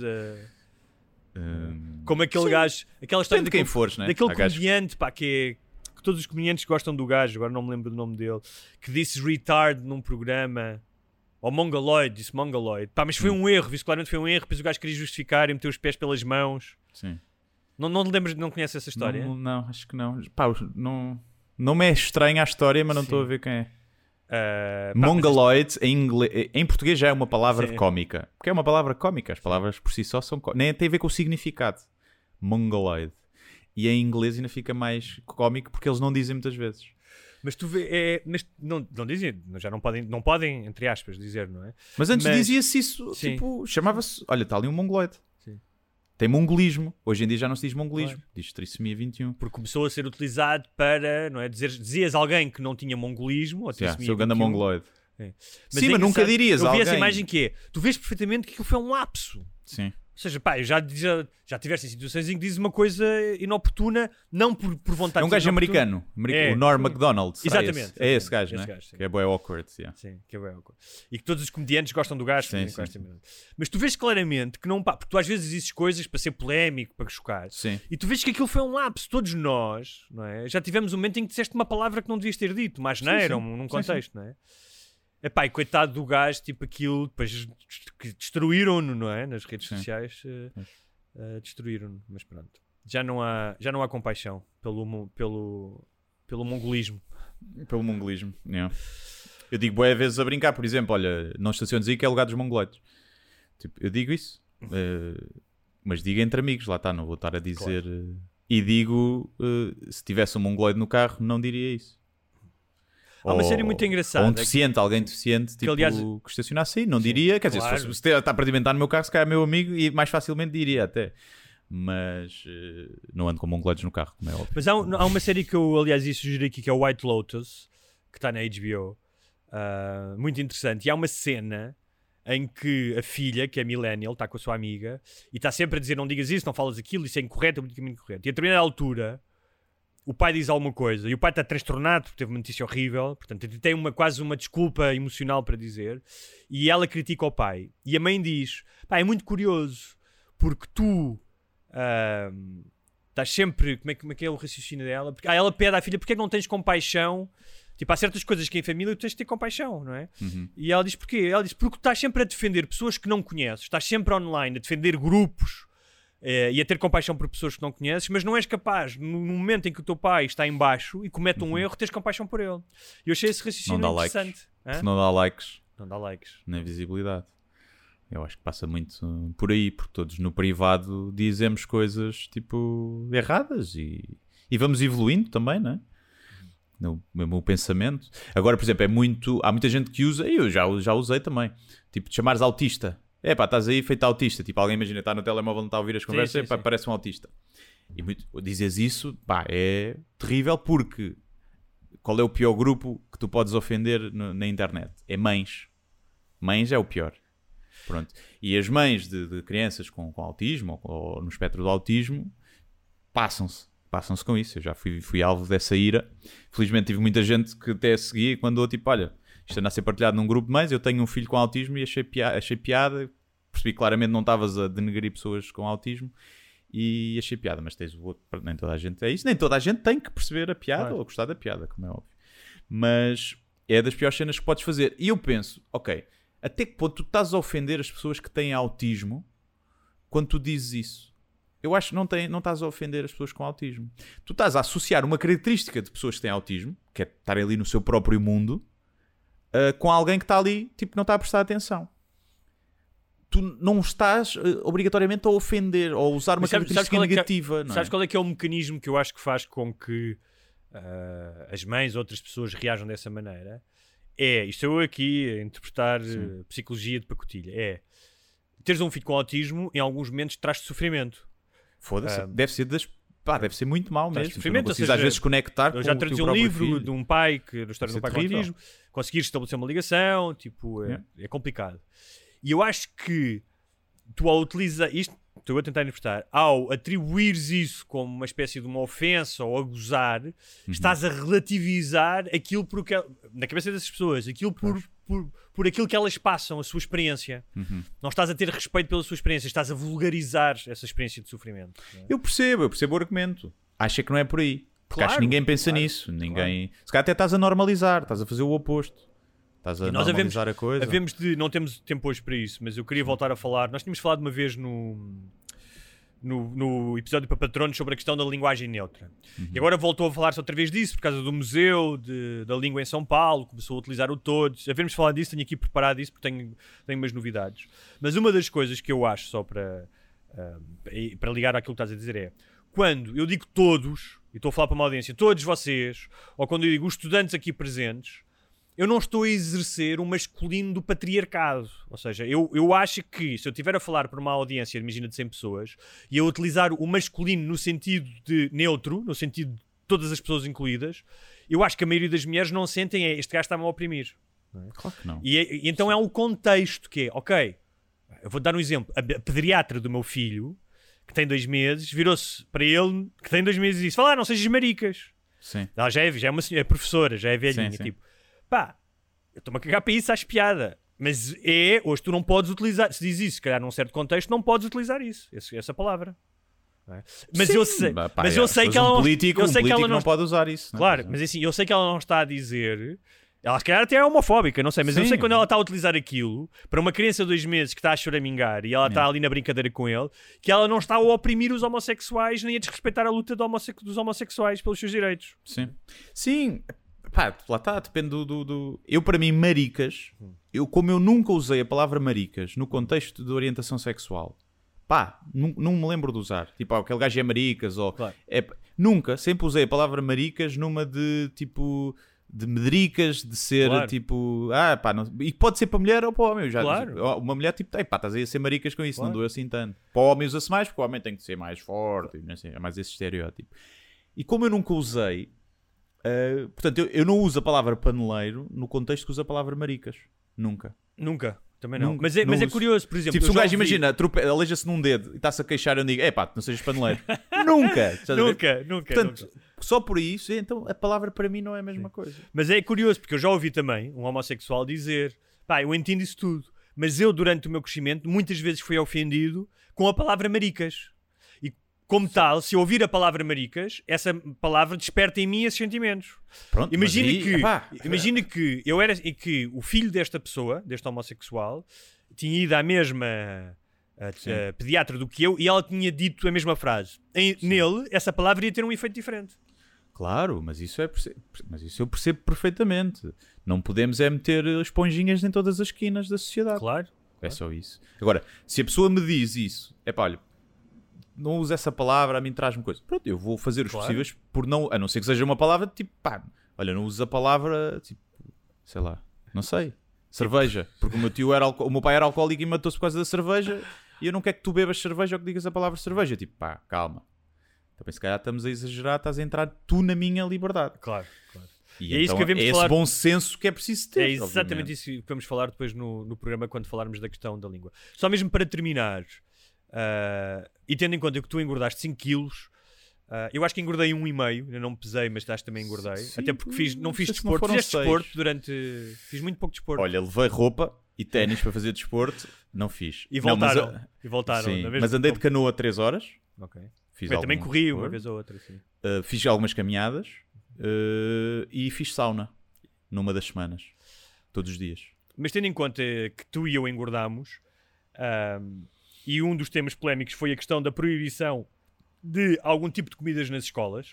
como aquele gajo, aquela história de quem fores, né? Daquele comediante, pá, que todos os comediantes gostam do gajo, agora não me lembro do nome dele, que disse retard num programa, ou mongoloid, disse mongoloid, pá, mas foi um erro, visto claramente foi um erro, depois o gajo queria justificar e meteu os pés pelas mãos. Sim. Não te lembras, não conheces essa história? Não, acho que não. Pá, não me é estranha a história, mas não estou a ver quem é. Mongoloid em português já é uma palavra cómica, porque é uma palavra cómica, as palavras por si só são nem tem a ver com o significado. Mongoloid, e em inglês ainda fica mais cómico porque eles não dizem muitas vezes. Mas tu vê, mas não dizem, já não podem, entre aspas, dizer, não é? Mas antes dizia-se isso, tipo, chamava-se, olha, está ali um mongoloide. Tem mongolismo. Hoje em dia já não se diz mongolismo. Diz trissomia 21. Porque começou a ser utilizado para, não é? Dizias alguém que não tinha mongolismo, ou trissomia 21. Seu ganda mongoloide. Mas mas nunca dirias eu alguém. Eu vi essa imagem que é, tu vês perfeitamente que aquilo foi um lapso. Sim. Ou seja, pá, já tiveste em situações em que dizes uma coisa inoportuna, não por vontade. É um gajo americano. O Norm Macdonald. Exatamente. É esse gajo, não é? Que é bué awkward. Sim, que é bué awkward. E que todos os comediantes gostam do gajo. Sim. Mas tu vês claramente que não, pá, porque tu às vezes dizes coisas para ser polémico, para chocar. Sim. E tu vês que aquilo foi um lapso. Todos nós, não é? Já tivemos um momento em que disseste uma palavra que não devias ter dito, mas não era, num contexto, não é? Epá, e coitado do gajo, tipo aquilo, depois destruíram-no, não é? Nas redes sociais destruíram-no, mas pronto. Já não há compaixão pelo mongolismo. Pelo mongolismo, yeah. Eu digo boas vezes a brincar, por exemplo, olha, não estaciones aí que é lugar dos mongoleiros. Tipo, eu digo isso, mas digo entre amigos, lá está, não vou estar a dizer. Claro. E digo, se tivesse um mongoloide no carro, não diria isso. Há uma série muito engraçada. Ou um deficiente, alguém deficiente, tipo, aliás, que estacionasse aí, não diria. Quer dizer, se está para alimentar no meu carro, se calhar é meu amigo e mais facilmente diria até. Mas não ando com mongoleiros no carro, como é óbvio. Mas há uma série que eu, aliás, ia sugerir aqui, que é o White Lotus, que está na HBO. Muito interessante. E há uma cena em que a filha, que é millennial, está com a sua amiga e está sempre a dizer, não digas isso, não falas aquilo, isso é incorreto, é politicamente incorreto. E a determinada altura... o pai diz alguma coisa e o pai está transtornado porque teve uma notícia horrível, portanto tem quase uma desculpa emocional para dizer, e ela critica o pai e a mãe diz, pá, é muito curioso porque tu estás sempre, como é que é o raciocínio dela, porque ela pede à filha, porque é que não tens compaixão, tipo, há certas coisas que em família tu tens de ter compaixão, não é? E ela diz porquê? Ela diz, porque tu estás sempre a defender pessoas que não conheces, estás sempre online a defender grupos e a ter compaixão por pessoas que não conheces, mas não és capaz, no momento em que o teu pai está em baixo e comete um erro, teres compaixão por ele. E eu achei esse raciocínio interessante. Não dá likes. Não dá likes. Nem visibilidade. Eu acho que passa muito por aí, porque todos no privado dizemos coisas tipo erradas e vamos evoluindo também, não é? No meu pensamento. Agora, por exemplo, há muita gente que usa, e eu já usei também, tipo, de chamares autista. É pá, estás aí feito autista. Tipo, alguém imagina, está no telemóvel, não está a ouvir as conversas, sim. Parece um autista. E dizes isso, pá, é terrível, porque qual é o pior grupo que tu podes ofender na internet? É mães. Mães é o pior. Pronto. E as mães de crianças com autismo ou no espectro do autismo passam-se com isso. Eu já fui alvo dessa ira. Felizmente tive muita gente que até seguia e quando eu, tipo, olha, isto anda a ser partilhado num grupo de mães, eu tenho um filho com autismo e achei piada, percebi claramente não estavas a denegrir pessoas com autismo e achei piada, mas tens o outro, nem toda a gente é isso, nem toda a gente tem que perceber a piada ou gostar da piada, como é óbvio, mas é das piores cenas que podes fazer. E eu penso, ok, até que ponto tu estás a ofender as pessoas que têm autismo quando tu dizes isso? Eu acho que não estás a ofender as pessoas com autismo, tu estás a associar uma característica de pessoas que têm autismo, que é estar ali no seu próprio mundo, com alguém que está ali, tipo, não está a prestar atenção. Tu não estás obrigatoriamente a ofender ou a usar uma característica negativa. Não é? Sabes qual é que é o mecanismo que eu acho que faz com que as mães ou outras pessoas reajam dessa maneira? Isto eu aqui a interpretar psicologia de pacotilha, teres um filho com autismo em alguns momentos traz-te sofrimento. Foda-se, deve ser das Pá, deve ser muito mau mesmo. Sofrimento, Não precisas às vezes conectar com o teu próprio filho. Eu já traduzi um livro filho. de um pai, da história de um pai com terrível. autismo, conseguir estabelecer uma ligação, tipo, é complicado. E eu acho que tu ao utilizar isto, estou a tentar interpretar, ao atribuires isso como uma espécie de uma ofensa ou a gozar, estás a relativizar aquilo na cabeça dessas pessoas, aquilo por aquilo que elas passam, a sua experiência. Não estás a ter respeito pela sua experiência, estás a vulgarizar essa experiência de sofrimento. Não é? Eu percebo o argumento. Acho que não é por aí. Porque acho que ninguém pensa nisso. Ninguém... Se calhar até estás a normalizar, estás a fazer o oposto. Estás a normalizar a coisa. Não temos tempo hoje para isso, mas eu queria voltar a falar. Nós tínhamos falado uma vez no episódio para patronos sobre a questão da linguagem neutra. E agora voltou a falar-se outra vez disso por causa do Museu da Língua em São Paulo, começou a utilizar o todos. Havermos falado disso, tenho aqui preparado isso porque tenho umas novidades. Mas uma das coisas que eu acho, só para ligar àquilo que estás a dizer, é quando eu digo todos, e estou a falar para uma audiência, todos vocês, ou quando eu digo os estudantes aqui presentes, eu não estou a exercer o masculino do patriarcado. Ou seja, eu acho que se eu estiver a falar para uma audiência, imagina de 100 pessoas, e eu utilizar o masculino no sentido de neutro, no sentido de todas as pessoas incluídas, eu acho que a maioria das mulheres não sentem este gajo está-me a oprimir. Não é? Claro que não. E então é um contexto que é, ok, eu vou dar um exemplo. A pediatra do meu filho, que tem 2 meses, virou-se para ele, que tem 2 meses, e disse, não sejas maricas. Sim. Ela já é uma senhora, é professora, já é velhinha, Sim. tipo... Pá, eu estou-me a cagar para isso, acho piada. Mas hoje tu não podes utilizar, se diz isso, se calhar num certo contexto, não podes utilizar isso, essa palavra. Não é? Mas eu sei, eu sei que ela não... político não pode usar isso. Claro, mas assim, eu sei que ela não está a dizer... Ela se calhar até é homofóbica, não sei, mas eu sei que quando ela está a utilizar aquilo para uma criança de 2 meses que está a choramingar e ela está ali na brincadeira com ele, que ela não está a oprimir os homossexuais nem a desrespeitar a luta dos homossexuais pelos seus direitos. Sim. Pá, lá está, depende do... Eu, para mim, maricas, como eu nunca usei a palavra maricas no contexto de orientação sexual, pá, não me lembro de usar. Tipo, aquele gajo é maricas, ou... Claro. Nunca, sempre usei a palavra maricas numa de, tipo... de medricas, de ser tipo... pá, não... E pode ser para mulher ou para homem. Uma mulher tipo... pá, estás aí a ser maricas com isso, não doeu assim tanto. Para o homem usa-se mais, porque o homem tem que ser mais forte, não sei, é mais esse estereótipo. E como eu nunca usei... portanto, eu não uso a palavra paneleiro no contexto que uso a palavra maricas. Nunca. Também não. Nunca. Mas é curioso, por exemplo... Tipo, se um gajo, imagina, aleija-se num dedo e está-se a queixar, eu digo, pá, não sejas paneleiro. Nunca. Nunca. Portanto, só por isso, então a palavra para mim não é a mesma coisa. Mas é curioso, porque eu já ouvi também um homossexual dizer, pá, eu entendo isso tudo, mas eu, durante o meu crescimento, muitas vezes fui ofendido com a palavra maricas. Como tal, se eu ouvir a palavra maricas, essa palavra desperta em mim esses sentimentos. Pronto, Imagina que eu era e que o filho desta pessoa, deste homossexual, tinha ido à mesma pediatra do que eu e ela tinha dito a mesma frase. Nele, essa palavra ia ter um efeito diferente. Claro, mas isso eu percebo perfeitamente. Não podemos meter esponjinhas em todas as esquinas da sociedade. Claro. É só isso. Agora, se a pessoa me diz isso, olha, não usa essa palavra, a mim traz-me coisa. Pronto, eu vou fazer os possíveis por não... A não ser que seja uma palavra tipo, pá, olha, não usa a palavra, tipo, sei lá, não sei, cerveja. Porque o meu pai era alcoólico e matou-se por causa da cerveja e eu não quero que tu bebas cerveja ou que digas a palavra cerveja. Tipo, pá, calma. Também se calhar estamos a exagerar, estás a entrar tu na minha liberdade. Claro. E é então, isso que devemos falar... esse bom senso que é preciso ter. É exatamente isso que vamos falar depois no programa quando falarmos da questão da língua. Só mesmo para terminar... e tendo em conta que tu engordaste 5 quilos, eu acho que engordei 1,5, eu não me pesei, mas acho que também engordei. Sim, até porque não fiz desporto. Fizeste desporto fiz muito pouco desporto. Olha, levei roupa e ténis para fazer desporto, não fiz. E voltaram. Sim, mas andei de canoa 3 horas. Ok. Eu também corri uma vez ou outra. Fiz algumas caminhadas e fiz sauna numa das semanas, todos os dias. Mas tendo em conta que tu e eu engordámos, e um dos temas polémicos foi a questão da proibição de algum tipo de comidas nas escolas.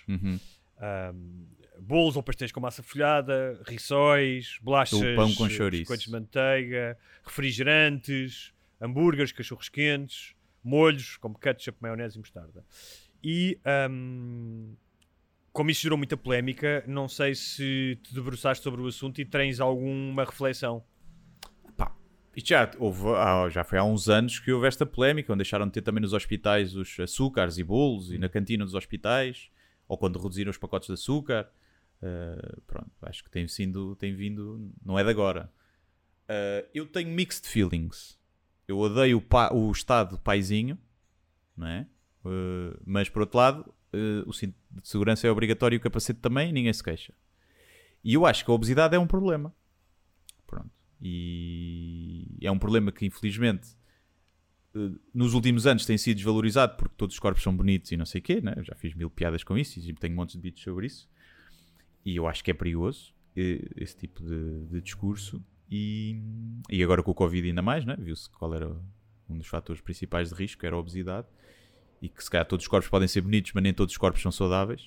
Bolos ou pastéis com massa folhada, rissóis, bolachas, pão com chouriço, biscoitos de manteiga, refrigerantes, hambúrgueres, cachorros quentes, molhos como ketchup, maionese e mostarda. E como isso gerou muita polémica, não sei se te debruçaste sobre o assunto e tens alguma reflexão. Isto já foi há uns anos que houve esta polémica, onde deixaram de ter também nos hospitais os açúcares e bolos, e na cantina dos hospitais, ou quando reduziram os pacotes de açúcar. Pronto, acho que tem vindo, não é de agora. Eu tenho mixed feelings. Eu odeio o Estado paizinho, não é? Mas por outro lado, o cinto de segurança é obrigatório e o capacete também, e ninguém se queixa. E eu acho que a obesidade é um problema. Pronto. E é um problema que, infelizmente, nos últimos anos tem sido desvalorizado porque todos os corpos são bonitos e não sei o quê, né? Eu já fiz 1000 piadas com isso e tenho montes de vídeos sobre isso. E eu acho que é perigoso esse tipo de discurso. E agora com o Covid ainda mais, né? Viu-se qual era um dos fatores principais de risco, era a obesidade. E que se calhar todos os corpos podem ser bonitos, mas nem todos os corpos são saudáveis.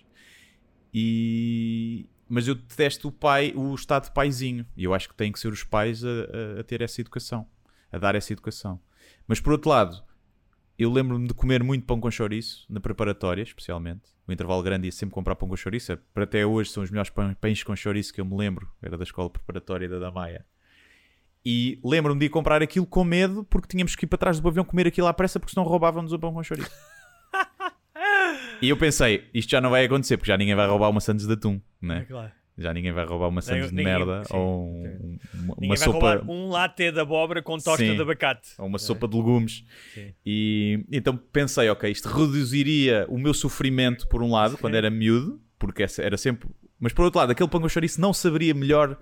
Mas eu detesto o Estado paizinho. E eu acho que têm que ser os pais a ter essa educação. A dar essa educação. Mas por outro lado, eu lembro-me de comer muito pão com chouriço, na preparatória especialmente. No intervalo grande ia sempre comprar pão com chouriço. Para até hoje são os melhores pães com chouriço que eu me lembro. Era da escola preparatória da Maia. E lembro-me de ir comprar aquilo com medo, porque tínhamos que ir para trás do pavilhão comer aquilo à pressa, porque senão roubávamos o pão com chouriço. E eu pensei, isto já não vai acontecer, porque já ninguém vai roubar uma sandes de atum, né? Claro. Já ninguém vai roubar uma sandes de merda, sim, ou ninguém uma vai sopa... roubar um latte de abóbora com tosta Sim, de abacate. ou uma sopa de legumes. Sim. E então pensei, ok, isto reduziria o meu sofrimento por um lado, Sim. quando era miúdo, porque era sempre... Mas por outro lado, aquele pão com chouriço não saberia melhor,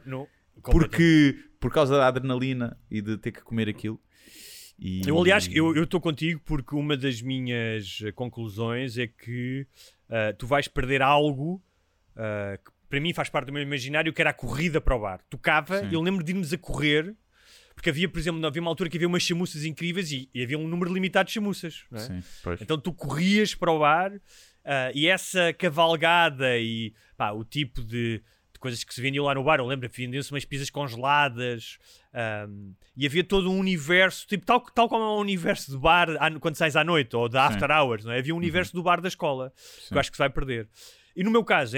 por causa da adrenalina e de ter que comer aquilo. Eu, aliás, eu estou contigo porque uma das minhas conclusões é que tu vais perder algo que para mim faz parte do meu imaginário, que era a corrida para o bar. Tocava, eu lembro de irmos a correr, porque havia, por exemplo, havia uma altura que havia umas chamuças incríveis e havia um número limitado de chamuças. Não é? Sim, pois. Então tu corrias para o bar e essa cavalgada e o tipo de coisas que se vendiam lá no bar, eu lembro que vendiam-se umas pizzas congeladas e havia todo um universo, tipo, tal como é um universo de bar quando sais à noite, ou da after hours, não é? Havia um universo do bar da escola, que eu acho que se vai perder. E no meu caso,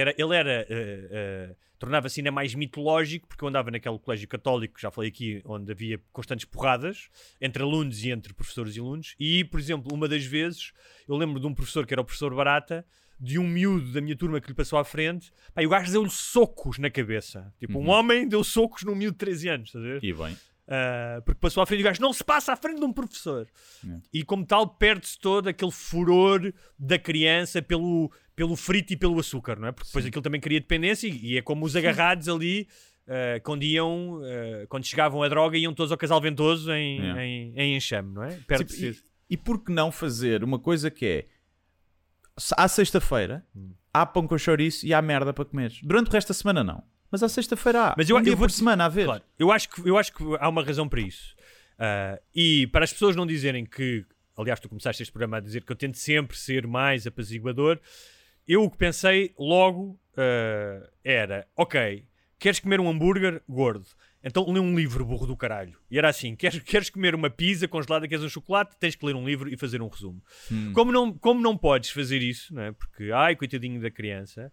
tornava-se ainda mais mitológico, porque eu andava naquele colégio católico, já falei aqui, onde havia constantes porradas entre alunos e entre professores e alunos. E, por exemplo, uma das vezes, eu lembro de um professor que era o professor Barata, de um miúdo da minha turma que lhe passou à frente, e o gajo deu-lhe socos na cabeça. Tipo, um homem deu socos num miúdo de 13 anos, estás a ver? E bem. Porque passou à frente e o gajo não se passa à frente de um professor. E como tal, perde-se todo aquele furor da criança pelo frito e pelo açúcar, não é? Porque depois aquilo também cria dependência e é como os agarrados ali quando chegavam a droga iam todos ao Casal Ventoso em enxame, não é? E por que não fazer uma coisa que é à sexta-feira há pão com chouriço e há merda para comer. Durante o resto da semana não. Mas à sexta-feira há. Mas eu dia vou por semana a ver. Claro, eu acho que há uma razão para isso. E para as pessoas não dizerem que... Aliás, tu começaste este programa a dizer que eu tento sempre ser mais apaziguador. Eu o que pensei logo era... Ok, queres comer um hambúrguer gordo? Então lê um livro, burro do caralho. E era assim, queres comer uma pizza congelada, queres um chocolate? Tens que ler um livro e fazer um resumo. Como não podes fazer isso, não é? Porque, coitadinho da criança...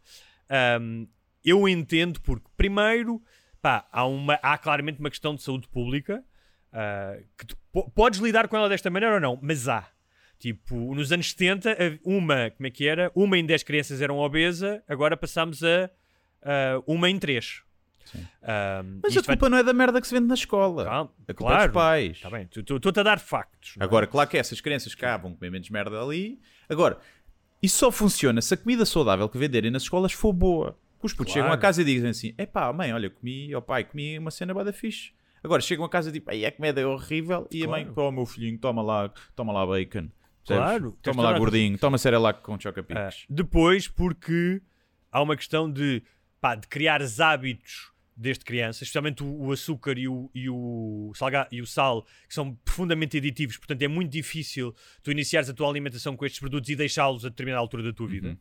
eu entendo porque, primeiro, há claramente uma questão de saúde pública que tu podes lidar com ela desta maneira ou não, mas há. Tipo, nos anos 70, como é que era? Uma em 10 crianças eram obesa, agora passámos a uma em 3. Mas a culpa não é da merda que se vende na escola. A culpa é dos pais. Está bem, estou-te a dar factos. Agora, claro que essas crianças cá vão comer menos merda ali. Agora, isso só funciona se a comida saudável que venderem nas escolas for boa. Os putos chegam a casa e dizem assim: mãe, olha, comi uma cena bué da fixe. Agora chegam a casa e tipo, a comida é horrível. E a mãe, meu filhinho, toma lá bacon. Claro. Toma lá gordinho, toma Cerelac com choca-picos. Depois, porque há uma questão de criar hábitos desde criança, especialmente o açúcar e o sal, que são profundamente aditivos, portanto é muito difícil tu iniciares a tua alimentação com estes produtos e deixá-los a determinada altura da tua vida.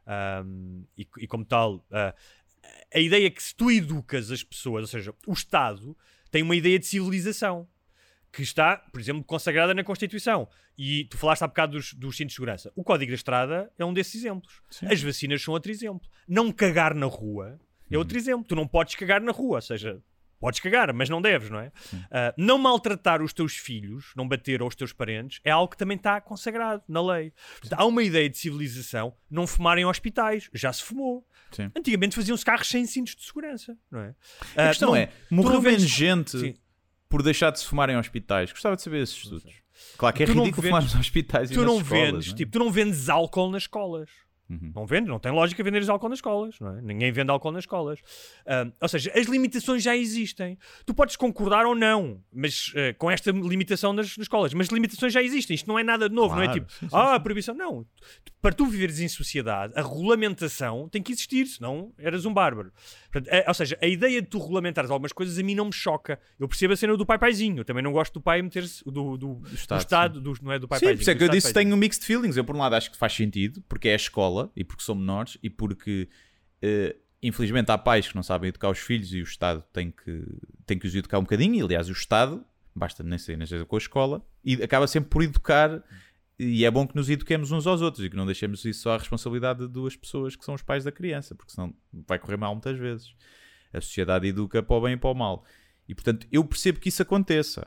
E como tal, a ideia é que se tu educas as pessoas, ou seja, o Estado tem uma ideia de civilização que está, por exemplo, consagrada na Constituição. E tu falaste há bocado dos cintos de segurança. O Código da Estrada é um desses exemplos. Sim. As vacinas são outro exemplo. Não cagar na rua é outro exemplo. Tu não podes cagar na rua, ou seja, Podes cagar, mas não deves, não é? Não maltratar os teus filhos, não bater aos teus parentes, é algo que também está consagrado na lei. Portanto, há uma ideia de civilização, não fumar em hospitais, já se fumou. Sim. Antigamente faziam-se carros sem cintos de segurança, não é? A questão é, morreu menos gente Sim. por deixar de se fumar em hospitais. Gostava de saber esses estudos. Claro que é Tu não ridículo vendes- fumar nos hospitais e Tu nas não escolas, vendes, não é? tipo, tu não vendes álcool nas escolas. Não vendes, não tem lógica venderes álcool nas escolas, não é? Ninguém vende álcool nas escolas. Ou seja, as limitações já existem. Tu podes concordar ou não, mas com esta limitação nas escolas, mas limitações já existem. Isto não é nada de novo, não é Claro, tipo, sim, a proibição. Não. Para tu viveres em sociedade, a regulamentação tem que existir, senão eras um bárbaro. Portanto, ou seja, a ideia de tu regulamentares algumas coisas a mim não me choca. Eu percebo a cena do pai-paizinho. Eu também não gosto do pai meter-se do Estado, não é do pai-paizinho. Sim, por isso é que eu do disse que Estado-paizinho. tenho um mixed feelings. Eu, por um lado, acho que faz sentido, porque é a escola e porque são menores e porque, infelizmente, há pais que não sabem educar os filhos e o Estado tem que os educar um bocadinho. E, aliás, o Estado, basta nem ser com a escola, e acaba sempre por educar. E é bom que nos eduquemos uns aos outros e que não deixemos isso só à responsabilidade de duas pessoas que são os pais da criança, porque senão vai correr mal muitas vezes. A sociedade educa para o bem e para o mal. E, portanto, eu percebo que isso aconteça.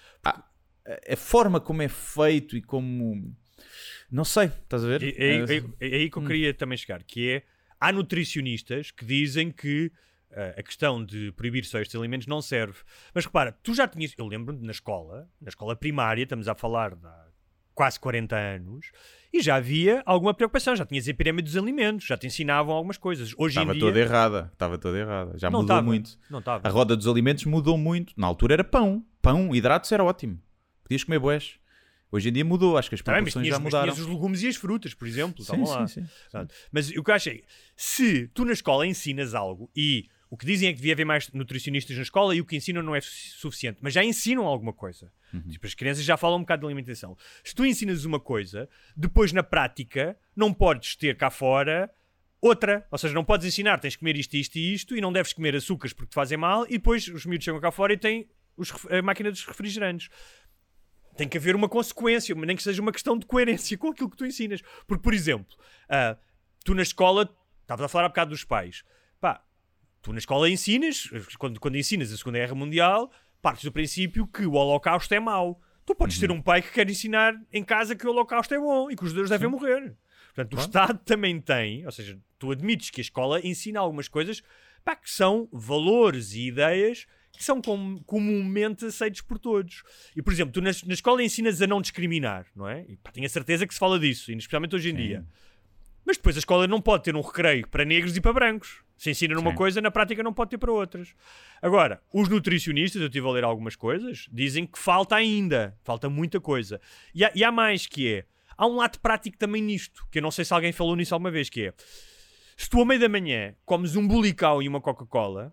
A forma como é feito e como... Não sei, estás a ver? É aí que eu queria também chegar, que é, há nutricionistas que dizem que a questão de proibir só estes alimentos não serve. Mas repara, tu já tinhas, eu lembro-me na escola primária, estamos a falar de há quase 40 anos, e já havia alguma preocupação, já tinhas a epidemia dos alimentos, já te ensinavam algumas coisas. Hoje em dia... Estava toda errada. Já Não mudou estava, muito. não estava. A roda dos alimentos mudou muito. Na altura era pão. Pão, hidratos era ótimo. Podias comer bués. Hoje em dia mudou, acho que as proporções já mudaram. Mas tinhas os legumes e as frutas, por exemplo. Sim, Estavam lá. sim. Mas o que eu acho é, se tu na escola ensinas algo e o que dizem é que devia haver mais nutricionistas na escola e o que ensinam não é suficiente, mas já ensinam alguma coisa. Tipo, as crianças já falam um bocado de alimentação. Se tu ensinas uma coisa, depois na prática não podes ter cá fora outra. Ou seja, não podes ensinar, tens que comer isto, isto e isto e não deves comer açúcares porque te fazem mal e depois os miúdos chegam cá fora e têm a máquina dos refrigerantes. Tem que haver uma consequência, nem que seja uma questão de coerência com aquilo que tu ensinas. Porque, por exemplo, tu na escola, estavas a falar há bocado dos pais, tu na escola ensinas, quando ensinas a Segunda Guerra Mundial, partes do princípio que o Holocausto é mau. Tu podes ter um pai que quer ensinar em casa que o Holocausto é bom e que os judeus devem morrer. Portanto, o Estado também tem, ou seja, tu admites que a escola ensina algumas coisas que são valores e ideias que são comumente aceitos por todos. E, por exemplo, tu na escola ensinas a não discriminar, não é? E tenho a certeza que se fala disso, e especialmente hoje em dia. Mas depois a escola não pode ter um recreio para negros e para brancos. Se ensina numa coisa, na prática não pode ter para outras. Agora, os nutricionistas, eu estive a ler algumas coisas, dizem que falta ainda. Falta muita coisa. E há mais que é. Há um lado prático também nisto, que eu não sei se alguém falou nisso alguma vez, que é, se tu à meia da manhã comes um bulical e uma Coca-Cola,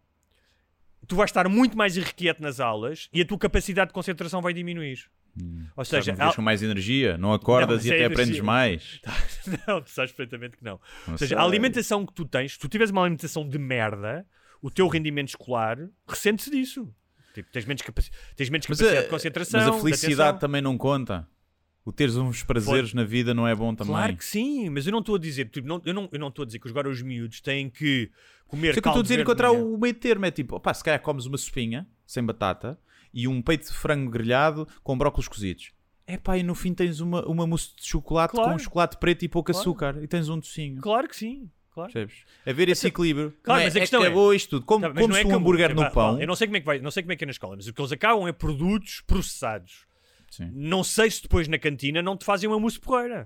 tu vais estar muito mais irrequieto nas aulas e a tua capacidade de concentração vai diminuir. Ou seja, não com mais energia, não acordas e até aprendes mais. Não, tu sabes perfeitamente que não. Ou seja, a alimentação que tu tens, se tu tiveres uma alimentação de merda, o teu rendimento escolar ressente-se disso. Tipo, tens menos capacidade de concentração. Mas a felicidade também não conta. O teres uns prazeres na vida não é bom também. Claro que sim, mas eu não estou a dizer, tipo, eu não estou a dizer que agora os miúdos têm que comer. O que eu estou a dizer encontrar o meio termo é tipo, se calhar comes uma sopinha sem batata e um peito de frango grelhado com brócolos cozidos. E no fim tens uma mousse de chocolate com chocolate preto e pouco açúcar e tens um docinho. Claro que sim. Claro. É ver esse equilíbrio. Claro, mas a questão é boa isto tudo. Come-se um hambúrguer no pão. Eu não sei como é que é na escola, mas o que eles acabam é produtos processados. Sim. Não sei se depois na cantina não te fazem uma mousse porreira.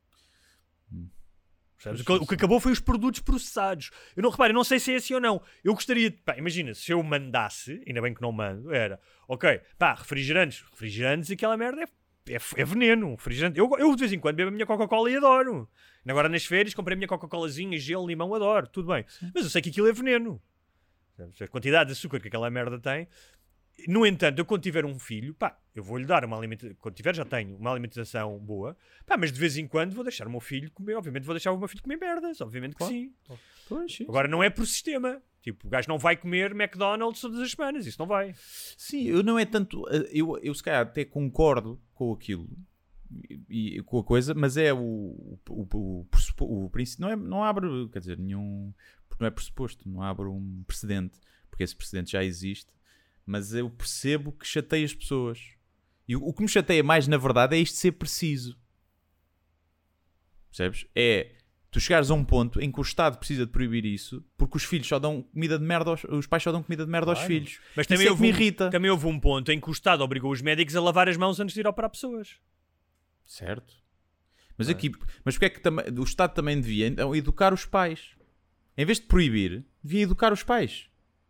O que acabou foi os produtos processados. Eu não sei se é assim ou não. Eu gostaria de... imagina, se eu mandasse, ainda bem que não mando, era... Ok, refrigerantes e aquela merda é veneno. Refrigerante. Eu de vez em quando bebo a minha Coca-Cola e adoro. Agora nas férias comprei a minha Coca-Colazinha, gelo, limão, adoro. Tudo bem. Sim. Mas eu sei que aquilo é veneno. A quantidade de açúcar que aquela merda tem... No entanto, eu quando tiver um filho, eu vou-lhe dar uma alimentação, quando tiver já tenho uma alimentação boa, mas de vez em quando vou deixar o meu filho comer, obviamente vou deixar o meu filho comer merdas, obviamente que sim. Pois, sim. Agora não é por sistema, tipo, o gajo não vai comer McDonald's todas as semanas, isso não vai. Sim, eu não é tanto, eu se calhar até concordo com aquilo, e com a coisa, mas é o princípio, não abre, quer dizer, nenhum, porque não é pressuposto, não abre um precedente, porque esse precedente já existe. mas eu percebo que chateia as pessoas. E o que me chateia mais, na verdade, é isto ser preciso. Percebes? É tu chegares a um ponto em que o Estado precisa de proibir isso porque os filhos só dão comida de merda os pais só dão comida de merda aos filhos. Mas também também me irrita. Também houve um ponto em que o Estado obrigou os médicos a lavar as mãos antes de ir operar pessoas. Certo. Mas mas porque é que o Estado também devia então educar os pais? Em vez de proibir, devia educar os pais.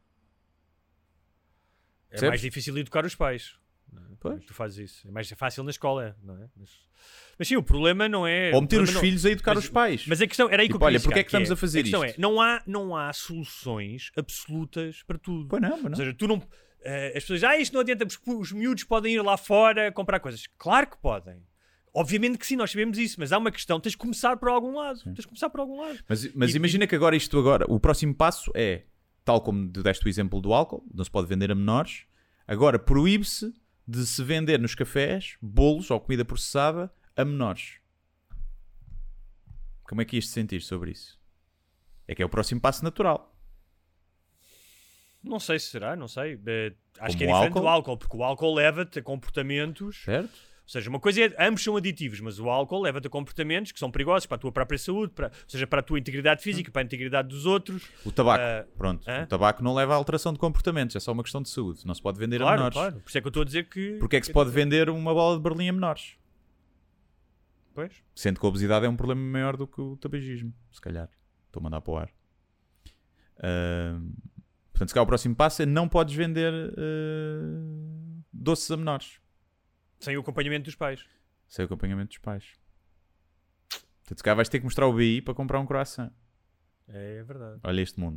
É Percebes? mais difícil educar os pais. Pois. Tu fazes isso. É mais fácil na escola, não é? Mas sim, o problema não é... Ou meter os filhos a educar os pais. Mas a questão era aí que eu olha, queria porque é que chegar, estamos a fazer isto? A questão é, não há soluções absolutas para tudo. Pois não. Ou seja, tu não... as pessoas dizem, isto não adianta, porque os miúdos podem ir lá fora comprar coisas. Claro que podem. Obviamente que sim, nós sabemos isso, mas há uma questão, tens de começar por algum lado. Sim. Tens de começar por algum lado. Mas imagina que agora, o próximo passo é, tal como deste o exemplo do álcool, não se pode vender a menores, agora proíbe-se de se vender nos cafés bolos ou comida processada a menores. Como é que ias te sentir sobre isso? É que é o próximo passo natural. Não sei se será, não sei. Acho Como que é diferente do álcool, porque o álcool leva-te a comportamentos... Certo. Ou seja, uma coisa é, ambos são aditivos, mas o álcool leva-te a comportamentos que são perigosos para a tua própria saúde, ou seja, para a tua integridade física, para a integridade dos outros. O tabaco, o tabaco não leva a alteração de comportamentos, é só uma questão de saúde. Não se pode vender a menores. Claro, por isso é que eu estou a dizer que... Porque é que se pode vender uma bola de Berlim a menores? Pois. Sendo que a obesidade é um problema maior do que o tabagismo, se calhar. Estou a mandar para o ar. Portanto, se calhar o próximo passo é não podes vender doces a menores. Sem o acompanhamento dos pais. Sem o acompanhamento dos pais. Portanto, se calhar vais ter que mostrar o BI para comprar um croissant. É verdade. Olha este mundo.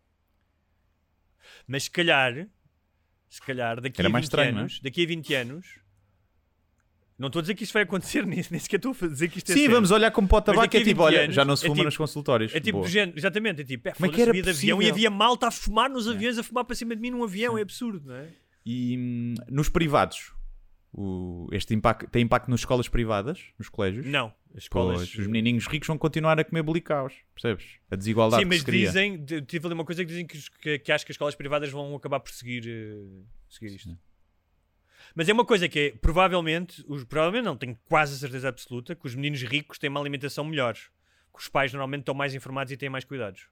Mas se calhar daqui a 20 anos, não é? daqui a 20 anos, não estou a dizer que isto vai acontecer, nem sequer estou a dizer que isto é Sim, sério. vamos olhar como para o tabaco, é tipo, olha, anos, já não se fuma tipo, nos consultórios. É tipo Boa. do género, exatamente, é tipo, como é que era de avião e havia malta a fumar nos aviões, a fumar para cima de mim num avião, é absurdo, não é? E nos privados? Este impacto tem impacto nas escolas privadas, nos colégios? Não, as escolas... Pois, os menininhos ricos vão continuar a comer bolicaus, percebes? A desigualdade Sim, que mas se cria. dizem, tive ali uma coisa que dizem que acho que as escolas privadas vão acabar por seguir isto. Sim. Mas é uma coisa que é, provavelmente não, tenho quase a certeza absoluta, que os meninos ricos têm uma alimentação melhor. Que os pais normalmente estão mais informados e têm mais cuidados.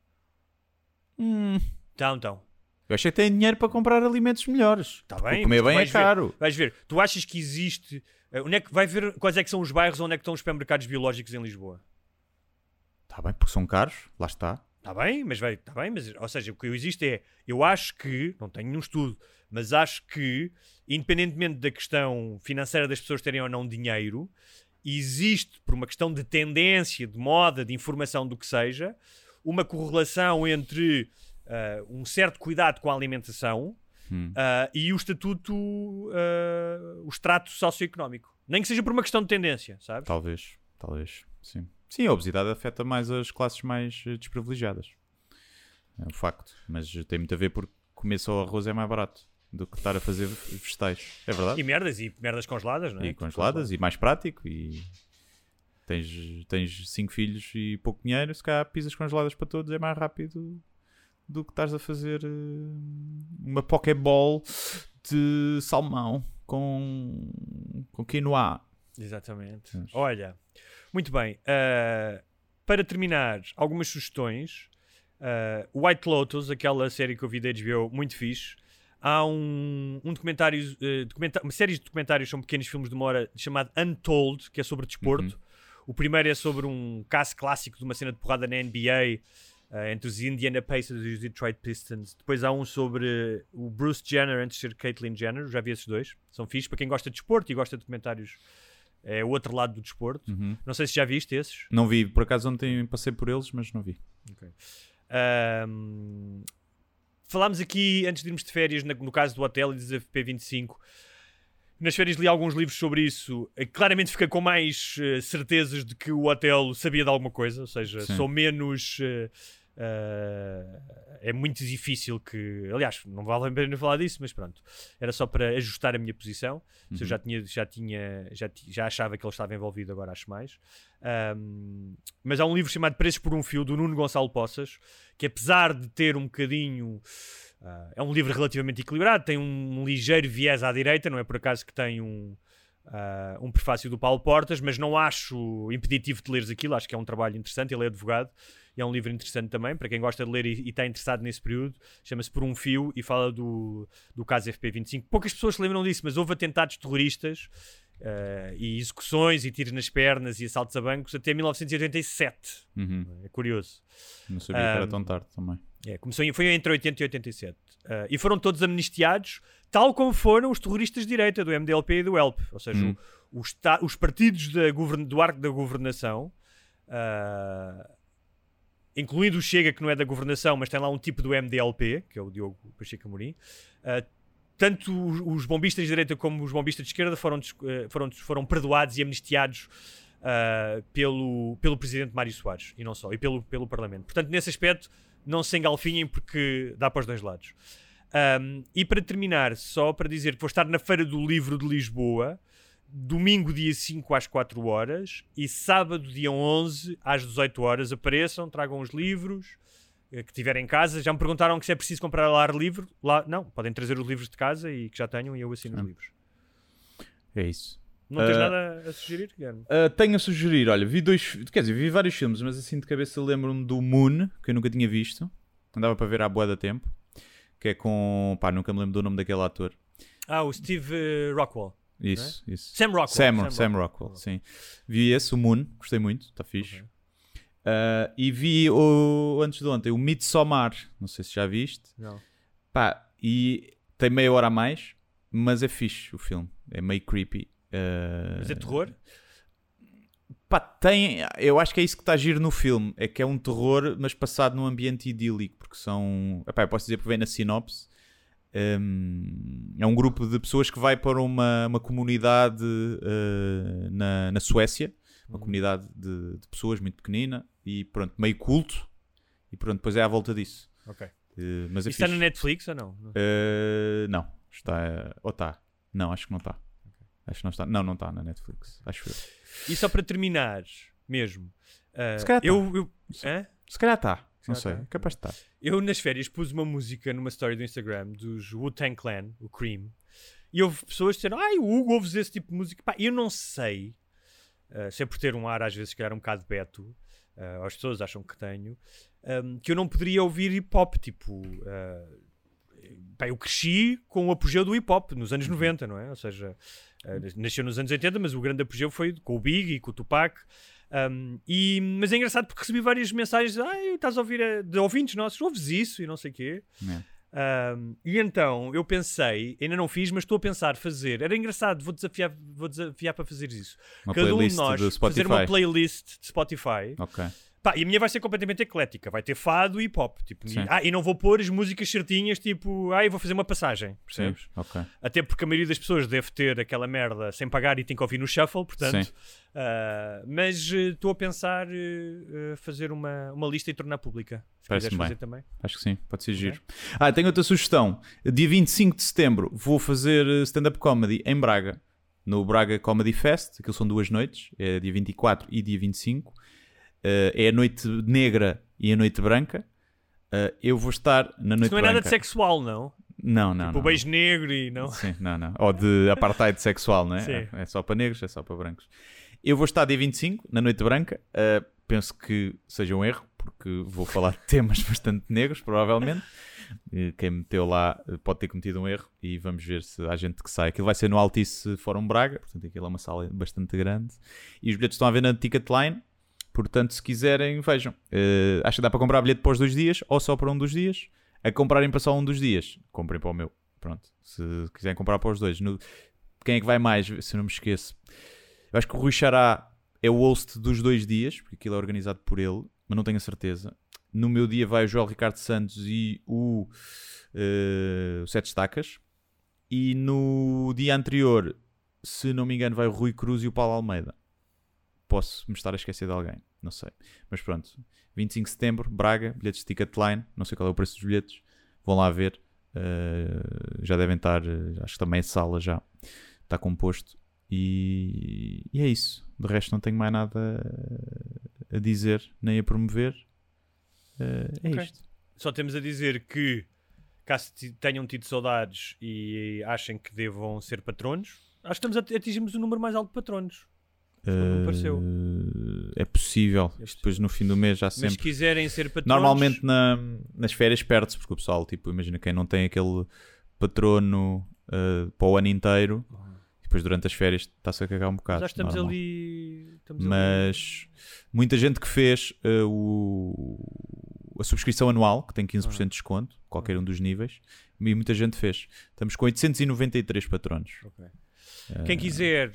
Então. Eu achei que têm dinheiro para comprar alimentos melhores. Está bem, comer bem é caro. Vais ver, tu achas que existe... onde é que vai ver quais é que são os bairros onde é que estão os supermercados biológicos em Lisboa? Está bem, porque são caros, lá está. Está bem, mas ou seja, o que existe é, eu acho que, não tenho nenhum estudo, mas acho que, independentemente da questão financeira das pessoas terem ou não dinheiro, existe, por uma questão de tendência, de moda, de informação, do que seja, uma correlação entre um certo cuidado com a alimentação e o estatuto, o extrato socioeconómico. Nem que seja por uma questão de tendência, sabes? Talvez, sim. Sim, a obesidade afeta mais as classes mais desprivilegiadas. É um facto. Mas tem muito a ver porque comer só arroz é mais barato do que estar a fazer vegetais. É verdade. E merdas congeladas, não é? E congeladas, e mais prático. E tens 5 filhos e pouco dinheiro, se calhar pizzas congeladas para todos é mais rápido do que estás a fazer uma pokeball de salmão com quinoa. Exatamente. Olha, muito bem. Para terminar, algumas sugestões. White Lotus, aquela série que eu vi da HBO, muito fixe. Há um documentário, uma série de documentários, são pequenos filmes de uma hora, chamado Untold, que é sobre desporto. O primeiro é sobre um caso clássico de uma cena de porrada na NBA, entre os Indiana Pacers e os Detroit Pistons. Depois há um sobre o Bruce Jenner antes de ser Caitlyn Jenner. Já vi esses dois. São fixes para quem gosta de desporto e gosta de documentários. É o outro lado do desporto. Não sei se já viste esses. Não vi. Por acaso ontem passei por eles, mas não vi. Okay. Falámos aqui, antes de irmos de férias, no caso do hotel e dos FP25. Nas férias li alguns livros sobre isso. Claramente fiquei com mais certezas de que o hotel sabia de alguma coisa. Ou seja, sou menos... é muito difícil que... Aliás, não vale a pena falar disso, mas pronto. Era só para ajustar a minha posição. Se eu já achava que ele estava envolvido, agora acho mais. Mas há um livro chamado Preços por um Fio, do Nuno Gonçalo Poças, que apesar de ter um bocadinho... É um livro relativamente equilibrado, tem um ligeiro viés à direita, não é por acaso que tem um prefácio do Paulo Portas, mas não acho impeditivo de leres aquilo, acho que é um trabalho interessante, ele é advogado, e é um livro interessante também, para quem gosta de ler e está interessado nesse período, chama-se Por um Fio e fala do caso FP25. Poucas pessoas se lembram disso, mas houve atentados terroristas e execuções e tiros nas pernas e assaltos a bancos até 1987. É curioso. Não sabia que era tão tarde também. Foi entre 80 e 87. E foram todos amnistiados, tal como foram os terroristas de direita do MDLP e do ELP. Ou seja, os partidos do arco da governação, incluindo o Chega, que não é da governação, mas tem lá um tipo do MDLP, que é o Diogo Pacheco Amorim, tanto os bombistas de direita como os bombistas de esquerda foram perdoados e amnistiados pelo presidente Mário Soares, e não só, e pelo Parlamento. Portanto, nesse aspecto, não se engalfinhem, porque dá para os dois lados. E para terminar, só para dizer que vou estar na Feira do Livro de Lisboa, domingo dia 5 às 4 horas e sábado dia 11 às 18 horas. Apareçam, tragam os livros que tiverem em casa. Já me perguntaram que se é preciso comprar lá livro. Lá, não, podem trazer os livros de casa e que já tenham, e eu assino os livros. É isso. Não tens nada a sugerir, Guilherme? Tenho a sugerir, olha, vi vários filmes, mas assim de cabeça lembro-me do Moon, que eu nunca tinha visto, andava para ver há bué da tempo, que é com, nunca me lembro do nome daquele ator. O Steve Rockwell. Isso, é? isso. Sam Rockwell. Sam Rockwell, sim. Vi esse, o Moon, gostei muito, está fixe. Okay. E vi antes de ontem o Midsommar, não sei se já viste. Não. E tem meia hora a mais, mas é fixe o filme, é meio creepy. Mas é terror? Eu acho que é isso que está a giro no filme, é que é um terror, mas passado num ambiente idílico, porque são, eu posso dizer porque vem na sinopse, é um grupo de pessoas que vai para uma comunidade na Suécia, uma comunidade de pessoas muito pequenina, e pronto, meio culto, e pronto, depois é à volta disso. Ok. Mas está na Netflix ou não? Não, está, ou está, não, acho que não está. Okay. Acho que não está, não está na Netflix, acho eu. E só para terminar, mesmo, se calhar está. Se calhar está, não sei, é capaz de estar. Eu nas férias pus uma música numa story do Instagram dos Wu-Tang Clan, o Cream, e houve pessoas que disseram, o Hugo ouves esse tipo de música. Eu não sei, se é por ter um ar às vezes que era um bocado beto, as pessoas acham que tenho, que eu não poderia ouvir hip-hop, tipo... eu cresci com o apogeu do hip-hop nos anos 90, não é? Ou seja, nasceu nos anos 80, mas o grande apogeu foi com o Big e com o Tupac. Mas é engraçado porque recebi várias mensagens, estás a ouvir de ouvintes nossos, ouves isso e não sei o quê. E então eu pensei, ainda não fiz, mas estou a pensar fazer. Era engraçado, vou desafiar para fazer isso. Cada um de nós fazer uma playlist de Spotify. Ok. E a minha vai ser completamente eclética, vai ter fado e hip-hop, tipo, e não vou pôr as músicas certinhas, tipo, eu vou fazer uma passagem, percebes? Sim, okay. Até porque a maioria das pessoas deve ter aquela merda sem pagar e tem que ouvir no shuffle, portanto, mas estou a pensar fazer uma lista e tornar pública, se quiseres fazer também. Acho que sim, pode ser giro. Tenho outra sugestão, dia 25 de setembro vou fazer stand-up comedy em Braga, no Braga Comedy Fest, aquilo são 2 noites, é dia 24 e dia 25. É a noite negra e a noite branca. Eu vou estar na noite branca. Isso não é nada de sexual, não? Não. Tipo o beijo negro e não? Sim, não. Ou de apartheid sexual, não é? Sim. É só para negros, é só para brancos. Eu vou estar dia 25, na noite branca. Penso que seja um erro, porque vou falar de temas bastante negros, provavelmente. Quem me meteu lá pode ter cometido um erro e vamos ver se há gente que sai. Aquilo vai ser no Altice Fórum Braga, portanto aquilo é uma sala bastante grande. E os bilhetes estão a ver na Ticketline. Portanto, se quiserem, vejam. Acho que dá para comprar bilhete para os 2 dias ou só para um dos dias. A comprarem para só um dos dias, comprem para o meu. Pronto. Se quiserem comprar para os 2. Quem é que vai mais? Se eu não me esqueço. Eu acho que o Rui Xará é o host dos 2 dias, porque aquilo é organizado por ele, mas não tenho a certeza. No meu dia vai o João Ricardo Santos e o Sete Estacas. E no dia anterior, se não me engano, vai o Rui Cruz e o Paulo Almeida. Posso me estar a esquecer de alguém, não sei. Mas pronto, 25 de setembro, Braga, bilhetes de Ticketline, não sei qual é o preço dos bilhetes, vão lá ver. Já devem estar, acho que também a sala já está composto. E é isso. De resto não tenho mais nada a dizer, nem a promover. É isto. Só temos a dizer que caso tenham tido saudades e achem que devam ser patronos. Acho que atingimos o número mais alto de patronos. Me pareceu. É possível. Depois no fim do mês já sempre. Mas se quiserem ser patronos... Normalmente nas férias perde-se, porque o pessoal, tipo, imagina quem não tem aquele patrono para o ano inteiro, depois durante as férias está-se a cagar um bocado. Já estamos normal. ali... Mas muita gente que fez a subscrição anual, que tem 15% de desconto, qualquer um dos níveis, e muita gente fez. Estamos com 893 patronos. Okay. Quem quiser...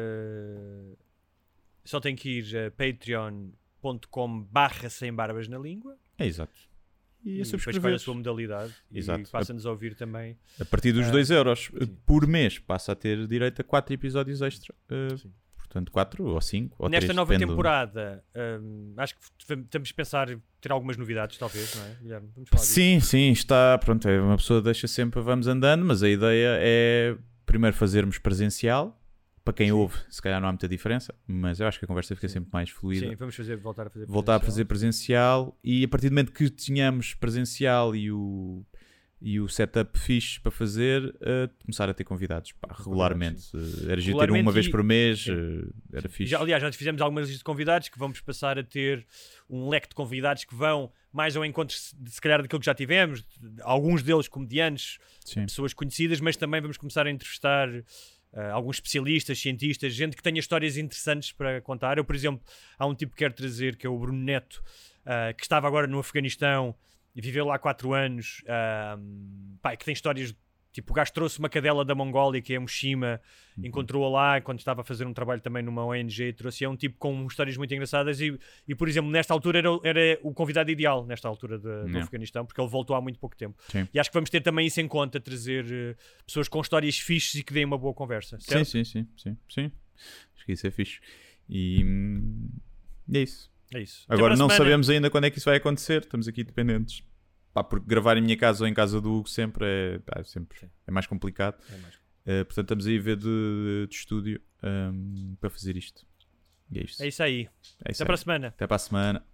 só tem que ir a patreon.com/sem-barbas na língua. É exato. E a depois escolhe a sua modalidade. Exato. E passa-nos a ouvir também. A partir dos 2€ por mês passa a ter direito a 4 episódios extra. Portanto, 4 ou 5 ou 3. Nesta nova temporada, acho que estamos a pensar ter algumas novidades, talvez, não é, Guilherme? Vamos falar disso. Sim, está. Pronto, uma pessoa deixa sempre, vamos andando, mas a ideia é primeiro fazermos presencial. Para quem ouve, se calhar não há muita diferença, mas eu acho que a conversa fica sempre mais fluida. Sim, vamos voltar a fazer presencial, e a partir do momento que tenhamos presencial e o setup fixe para fazer, começar a ter convidados regularmente. Era giro ter uma vez por mês, era fixe. Aliás, já fizemos algumas listas de convidados, que vamos passar a ter um leque de convidados que vão mais ao encontro, se calhar, daquilo que já tivemos, alguns deles comediantes, pessoas conhecidas, mas também vamos começar a entrevistar alguns especialistas, cientistas, gente que tenha histórias interessantes para contar. Eu, por exemplo, há um tipo que quero trazer, que é o Bruno Neto, que estava agora no Afeganistão e viveu lá 4 anos, que tem histórias, tipo, o gajo trouxe uma cadela da Mongólia, que é a Moshima, encontrou-a lá quando estava a fazer um trabalho também numa ONG, trouxe, é um tipo com histórias muito engraçadas e por exemplo, nesta altura era o convidado ideal, nesta altura do Afeganistão, porque ele voltou há muito pouco tempo. Sim. E acho que vamos ter também isso em conta, trazer pessoas com histórias fixes e que deem uma boa conversa, certo? Sim. Acho que isso é fixe. E é isso. É isso. Agora não sabemos ainda quando é que isso vai acontecer, estamos aqui dependentes. Porque gravar em minha casa ou em casa do Hugo sempre é mais complicado. Portanto, estamos aí a ver de estúdio para fazer isto. E é isto. É isso aí. Até para a semana. Até para a semana.